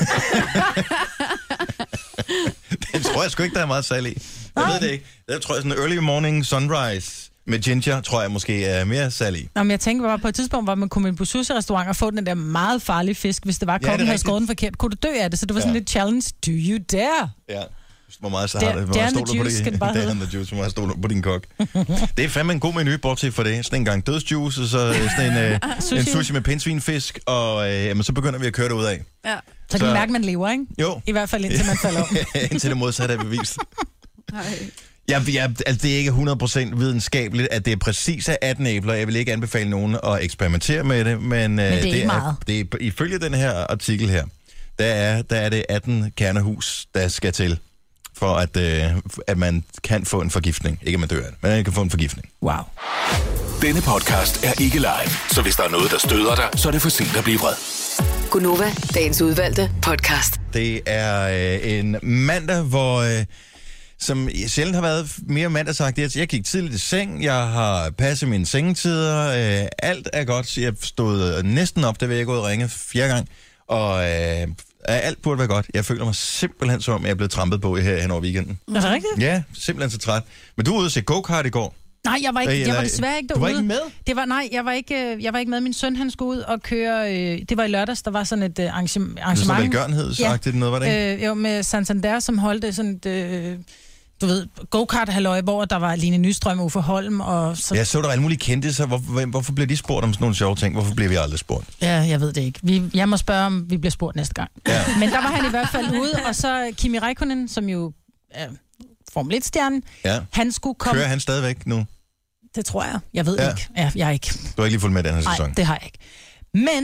Det tror jeg sgu ikke, der er meget salg i. Jeg ved det ikke. Jeg tror, sådan en early morning sunrise med ginger, tror jeg måske er mere salg i. Nå, men jeg tænker bare på et tidspunkt, hvor man kunne ind på sushi-restaurant og få den der meget farlige fisk, hvis det var, det er kokken havde rigtigt. skåret den forkert. Kunne du dø af det? Så det var sådan Ja. lidt challenge. Do you dare? Ja. Hvor meget så Der- har det? Hvor der meget and the stoler på juice, det? skal det bare Der hedde. and the juice, hvor meget stoler på din kok. Det er fandme en god menu, bortset for det. Sådan en gang dødsjuice, og så sådan en, øh, Sushi. en sushi med pindsvinfisk, og øh, jamen, så begynder vi at køre det ud af. Ja. Så kan Så- man mærke, at man lever, ikke? Jo. I hvert fald indtil man falder om. Indtil det modsatte er bevist. Nej. Jeg, jeg, altså, det er ikke hundrede procent videnskabeligt, at det er præcis af atten æbler. Jeg vil ikke anbefale nogen at eksperimentere med det, men, øh, det er ikke er, meget. det er, ifølge den her artikel her, der er, der er det atten kernehus, der skal til, for at, øh, at man kan få en forgiftning. Ikke at man dør af det, men man kan få en forgiftning. Wow. Denne podcast er ikke live, så hvis der er noget, der støder dig, så er det for sent at blive vred. Gunova, dagens udvalgte podcast. Det er øh, en mandag, hvor... Øh, som sjældent har været mere mandagsagtigt. Jeg gik tidligt i seng, jeg har passet mine sengetider, øh, alt er godt. Jeg stod næsten op, da jeg gået og ringet fjerde gang, og øh, alt burde være godt. Jeg føler mig simpelthen som, jeg er blevet trampet på her hen over weekenden. Er det rigtigt? Ja, simpelthen så træt. Men du var ude og se go-kart i går. Nej, jeg var, ikke, Øh, jeg var eller- desværre ikke du var derude. ikke med? Det var, nej, jeg var ikke, øh, jeg var ikke med. Min søn, han skulle ud og køre... Øh, det var i lørdags, der var sådan et øh, arrangem- Det er sådan arrangement. velgørenhedsagtigt noget, var det ikke? Øh, jo, med Santander, som holdte sådan et... Øh, du ved, go-kart-halløj, hvor der var Line Nystrøm og Uffe Holm, og så... Jeg så der alle mulige kendte, så hvorfor, hvorfor bliver de spurgt om sådan nogle sjove ting? Hvorfor bliver vi aldrig spurgt? Ja, jeg ved det ikke. Vi, jeg må spørge, om vi bliver spurgt næste gang. Ja. Men der var han i hvert fald ude, og så Kimi Räikkönen, som jo er Formel et-stjernen, Ja. han skulle komme... Kører han stadigvæk nu? Det tror jeg. Jeg ved Ja. ikke. Ja, jeg er ikke... Du har ikke lige fulgt med den her Nej, sæson. det har jeg ikke. Men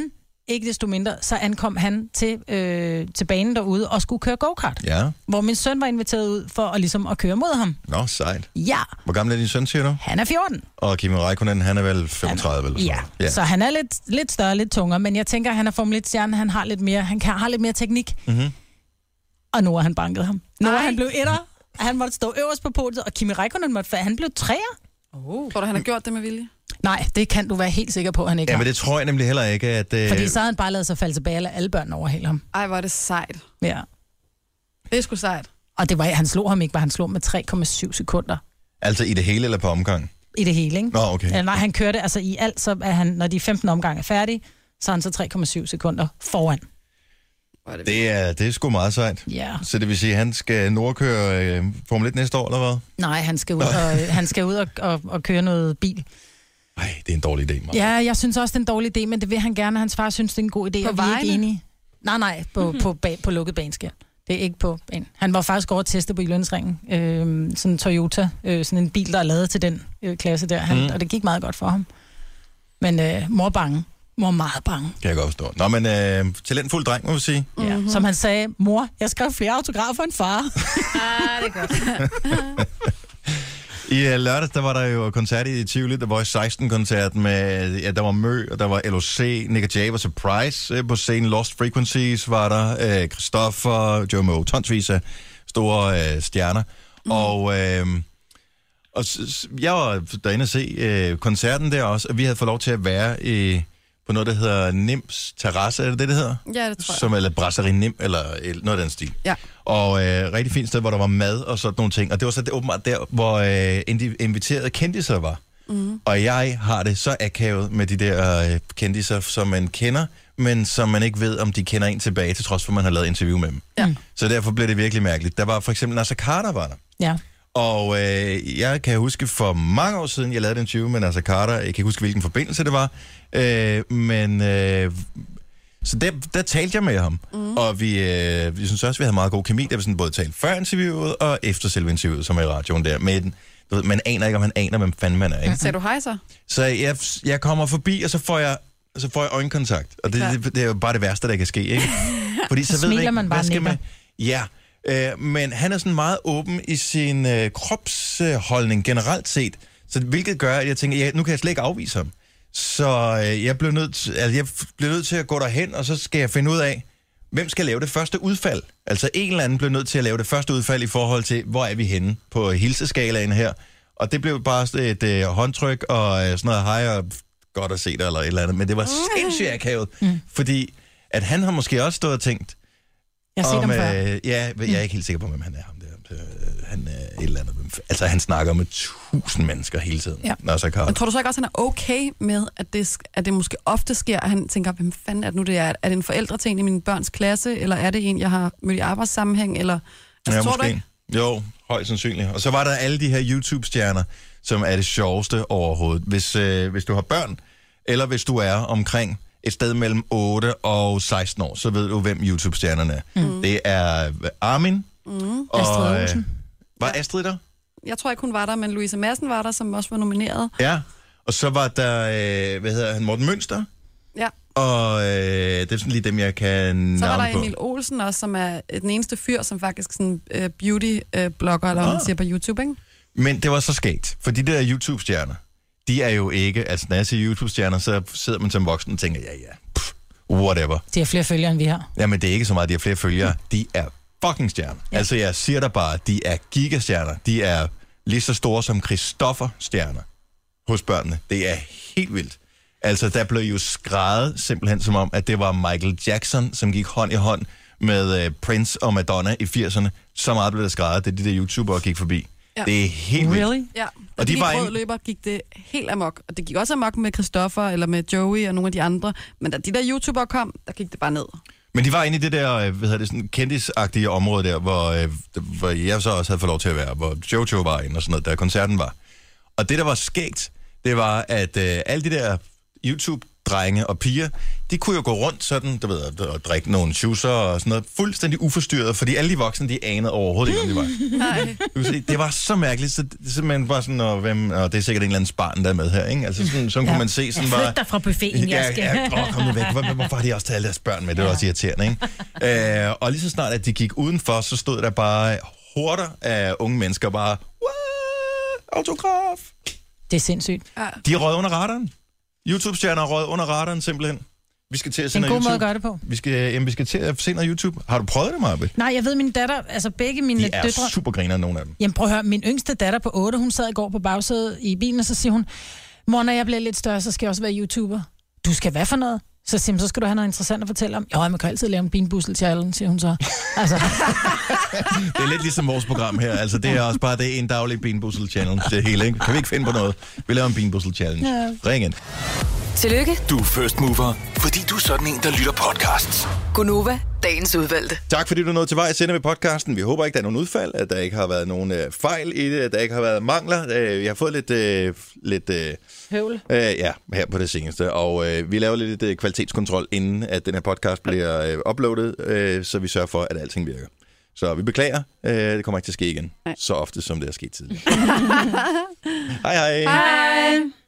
ikke desto mindre, så ankom han til, øh, til banen derude og skulle køre go-kart. Ja. Hvor min søn var inviteret ud for at, ligesom, at køre mod ham. Nå, sejt. Ja. Hvor gammel er din søn, siger du? Han er fjorten. Og Kimi Räikkönen, han er vel femogtredive eller sådan ja. ja, så han er lidt, lidt større, lidt tungere, men jeg tænker, han er Formel et-stjerne, han har lidt mere, han kan, har lidt mere teknik. Mm-hmm. Og nu har han banket ham. Nu har han blev etter, han måtte stå øverst på podiet, og Kimi Räikkönen måtte falde. Han blev treer. Oh. Tror du, han har gjort det med vilje? Nej, det kan du være helt sikker på, at han ikke Ja, har. men det tror jeg nemlig heller ikke, at... Øh... Fordi så havde han bare lavet sig falde tilbage, eller alle børn overhælde ham. Ej, hvor er det sejt. Ja. Det er sgu sejt. Og det var, han slog ham ikke, var han slog med tre komma syv sekunder. Altså i det hele eller på omgang? I det hele, ikke? Nå, okay. Ja, nej, han kørte, altså i alt, så er han, når de femten omgange er færdige, så er han så tre komma syv sekunder foran. Det er, det er sgu meget sejt. Ja. Så det vil sige, at han skal nordkøre øh, Formel et næste år, eller hvad? Nej, han skal ud, og, han skal ud og, og, og køre noget bil. Nej, det er en dårlig idé, Mark. Ja, jeg synes også, det er en dårlig idé, men det vil han gerne. Hans far synes, det er en god idé, på og vi er ikke vejene? enige. Nej, nej, på, mm-hmm. på, på, på lukket baneskær. Det er ikke på banen. Han var faktisk over at teste på Jyllandsringen. Øh, sådan en Toyota, øh, sådan en bil, der er lavet til den øh, klasse der. Han, mm. Og det gik meget godt for ham. Men øh, mor bange. Mor meget bange. Kan jeg godt forstå. Nå, men øh, talentfuld dreng, må vi sige. Ja. Mm-hmm. Som han sagde, mor, jeg skrev flere autografer end far. Ah, det er godt. I uh, lørdags, der var der jo koncert i Tivoli, der var seksten-koncert med, ja, der var Mø, og der var L O C, Nick Jay var Surprise uh, på scenen, Lost Frequencies var der, uh, Christoffer, Joe Moe, tonsvis af store uh, stjerner. Mm. Og, uh, og s- jeg var derinde at se uh, koncerten der også, og vi havde fået lov til at være i, på noget, der hedder Nims Terrasse, er det det, det hedder? Ja, det tror jeg. Som er Brasserie Nim, eller noget af den stil. Ja. Og øh, rigtig fint sted, hvor der var mad og sådan nogle ting. Og det var så det, åbenbart der, hvor øh, de inviterede kendiser var. Mm. Og jeg har det så akavet med de der øh, kendiser, som man kender, men som man ikke ved, om de kender en tilbage, til trods for, at man har lavet interview med dem. Ja. Så derfor blev det virkelig mærkeligt. Der var for eksempel Nasser Carter var der. Ja. Og øh, jeg kan huske for mange år siden, jeg lavede et interview med Nasser Carter. Jeg kan ikke huske, hvilken forbindelse det var. Øh, men... Øh, Så der, der talte jeg med ham, mm. og vi, øh, vi synes også, vi havde meget god kemi. Der var sådan både talt før interviewet og efter selve interviewet, som er i radioen der. Men du ved, man aner ikke, om han aner, hvem fanden man er. Ikke? Sagde du hej så? Så jeg, jeg kommer forbi, og så får jeg, så får jeg øjenkontakt. Og det, det, det er jo bare det værste, der kan ske. Ikke? Fordi så, så ved smiler man, man bare hvad skal nikker. man... Ja, øh, men han er sådan meget åben i sin øh, kropsholdning generelt set. Så hvilket gør, at jeg tænker, ja, nu kan jeg slet ikke afvise ham. Så øh, jeg, blev nødt til, altså, jeg blev nødt til at gå derhen, og så skal jeg finde ud af, hvem skal lave det første udfald. Altså en eller anden blev nødt til at lave det første udfald i forhold til, hvor er vi henne på hilseskalaen her. Og det blev bare et øh, håndtryk og øh, sådan noget hej og godt at se dig eller et eller andet. Men det var sindssygt akavet, mm. fordi at han har måske også stået og tænkt, jeg har set om, ham før. øh, ja, jeg er ikke helt sikker på, hvem han er. Ham der. Han er et eller andet. Altså, han snakker med tusind mennesker hele tiden. Ja. Men tror du så ikke også, at han er okay med, at det, at det måske ofte sker, at han tænker, hvem fanden er det nu, det er? Er det en forældre til en i min børns klasse, eller er det en, jeg har mødt i arbejdssammenhæng, eller... Altså, ja, tror måske. du ikke? Jo, højst sandsynligt. Og så var der alle de her YouTube-stjerner, som er det sjoveste overhovedet. Hvis, øh, hvis du har børn, eller hvis du er omkring et sted mellem otte og seksten år, så ved du, hvem YouTube-stjernerne er. Mm. Det er Armin, mm. og... Astrid Olsen. Var Astrid der? Jeg tror ikke, hun var der, men Louise Madsen var der, som også var nomineret. Ja, og så var der, øh, hvad hedder han, Morten Mønster. Ja. Og øh, det er sådan lige dem, jeg kan navne på. Så var der Emil Olsen også, som er den eneste fyr, som faktisk sådan uh, beauty-blogger, eller hvad man siger på YouTube, ikke? Men det var så skægt, for de der YouTube-stjerner, de er jo ikke, altså når jeg siger YouTube-stjerner, så sidder man som voksen og tænker, ja ja, pff, whatever. De har flere følgere, end vi har. Jamen det er ikke så meget, de har flere følgere, de er fucking stjerner. Ja. Altså jeg siger dig bare, de er gigastjerner, de er lige så store som Christoffer-stjerner hos børnene. Det er helt vildt. Altså der blev jo skreget simpelthen som om, at det var Michael Jackson, som gik hånd i hånd med uh, Prince og Madonna i firserne. Så meget blev der skreget, det de der YouTubere gik forbi. Ja. Det er helt vildt. Really? Ja, og, og de, de de var røde en... løber gik det helt amok. Og det gik også amok med Christoffer, eller med Joey og nogle af de andre. Men da de der YouTubere kom, der gik det bare ned. Men de var inde i det der, hvad hedder det, sådan kendisagtige område der, hvor, hvor jeg så også havde fået lov til at være, hvor Jojo var inde og sådan noget, der koncerten var. Og det, der var skægt, det var, at øh, alle de der YouTube drenge og piger, de kunne jo gå rundt sådan, du ved, og drikke nogle juicer og sådan noget, fuldstændig uforstyrret, fordi alle de voksne, de anede overhovedet ikke, om de var. Nej. Du kan se, det var så mærkeligt, så det simpelthen var sådan, og, hvem, og det er sikkert en eller anden barn, der er med her, ikke? Altså sådan, sådan ja. kunne man se sådan bare... Jeg flytter fra buffeten, jeg skal. Ja, ja, åh, kom nu væk. Hvor, hvorfor har de også taget alle deres børn med? Det var ja. også irriterende, ikke? Øh, og lige så snart, at de gik udenfor, så stod der bare horder af unge mennesker bare, autograf. Det er sindssygt. De er røget under radaren. YouTube-stjerner er røget under radaren, simpelthen. Vi skal til at se noget YouTube. Det er en god måde at gøre det på. Vi skal, jamen, vi skal til at se noget YouTube. Har du prøvet det, Marbe? Nej, jeg ved, min datter, altså begge mine døtre... De er døtre, super griner, nogle af dem. Jamen prøv at høre, min yngste datter på otte, hun sad i går på bagsædet i bilen, og så siger hun, mor, når jeg bliver lidt større, så skal jeg også være YouTuber. Du skal hvad for noget? Så siger så skal du have noget interessant at fortælle om. Jo, man kan altid lave en beanbussel-challenge, siger hun så. Altså. Det er lidt ligesom vores program her. Altså, det er også bare det er en daglig beanbussel-challenge, det hele, ikke? Kan vi ikke finde på noget? Vi laver en beanbussel-challenge. Ja. Ring ind. Tillykke. Du er first mover, fordi du er sådan en, der lytter podcasts. Gunova, dagens udvalgte. Tak fordi du nåede til vej sende med podcasten. Vi håber ikke, der er nogen udfald, at der ikke har været nogen øh, fejl i det, at der ikke har været mangler. Øh, vi har fået lidt... Øh, lidt øh, Høvl. Øh, ja, her på det seneste. Og øh, vi laver lidt øh, kvalitetskontrol, inden at den her podcast bliver øh, uploadet, øh, så vi sørger for, at alting virker. Så vi beklager. Øh, det kommer ikke til at ske igen. Nej. Så ofte, som det er sket tidligere. Hej hej. Hej.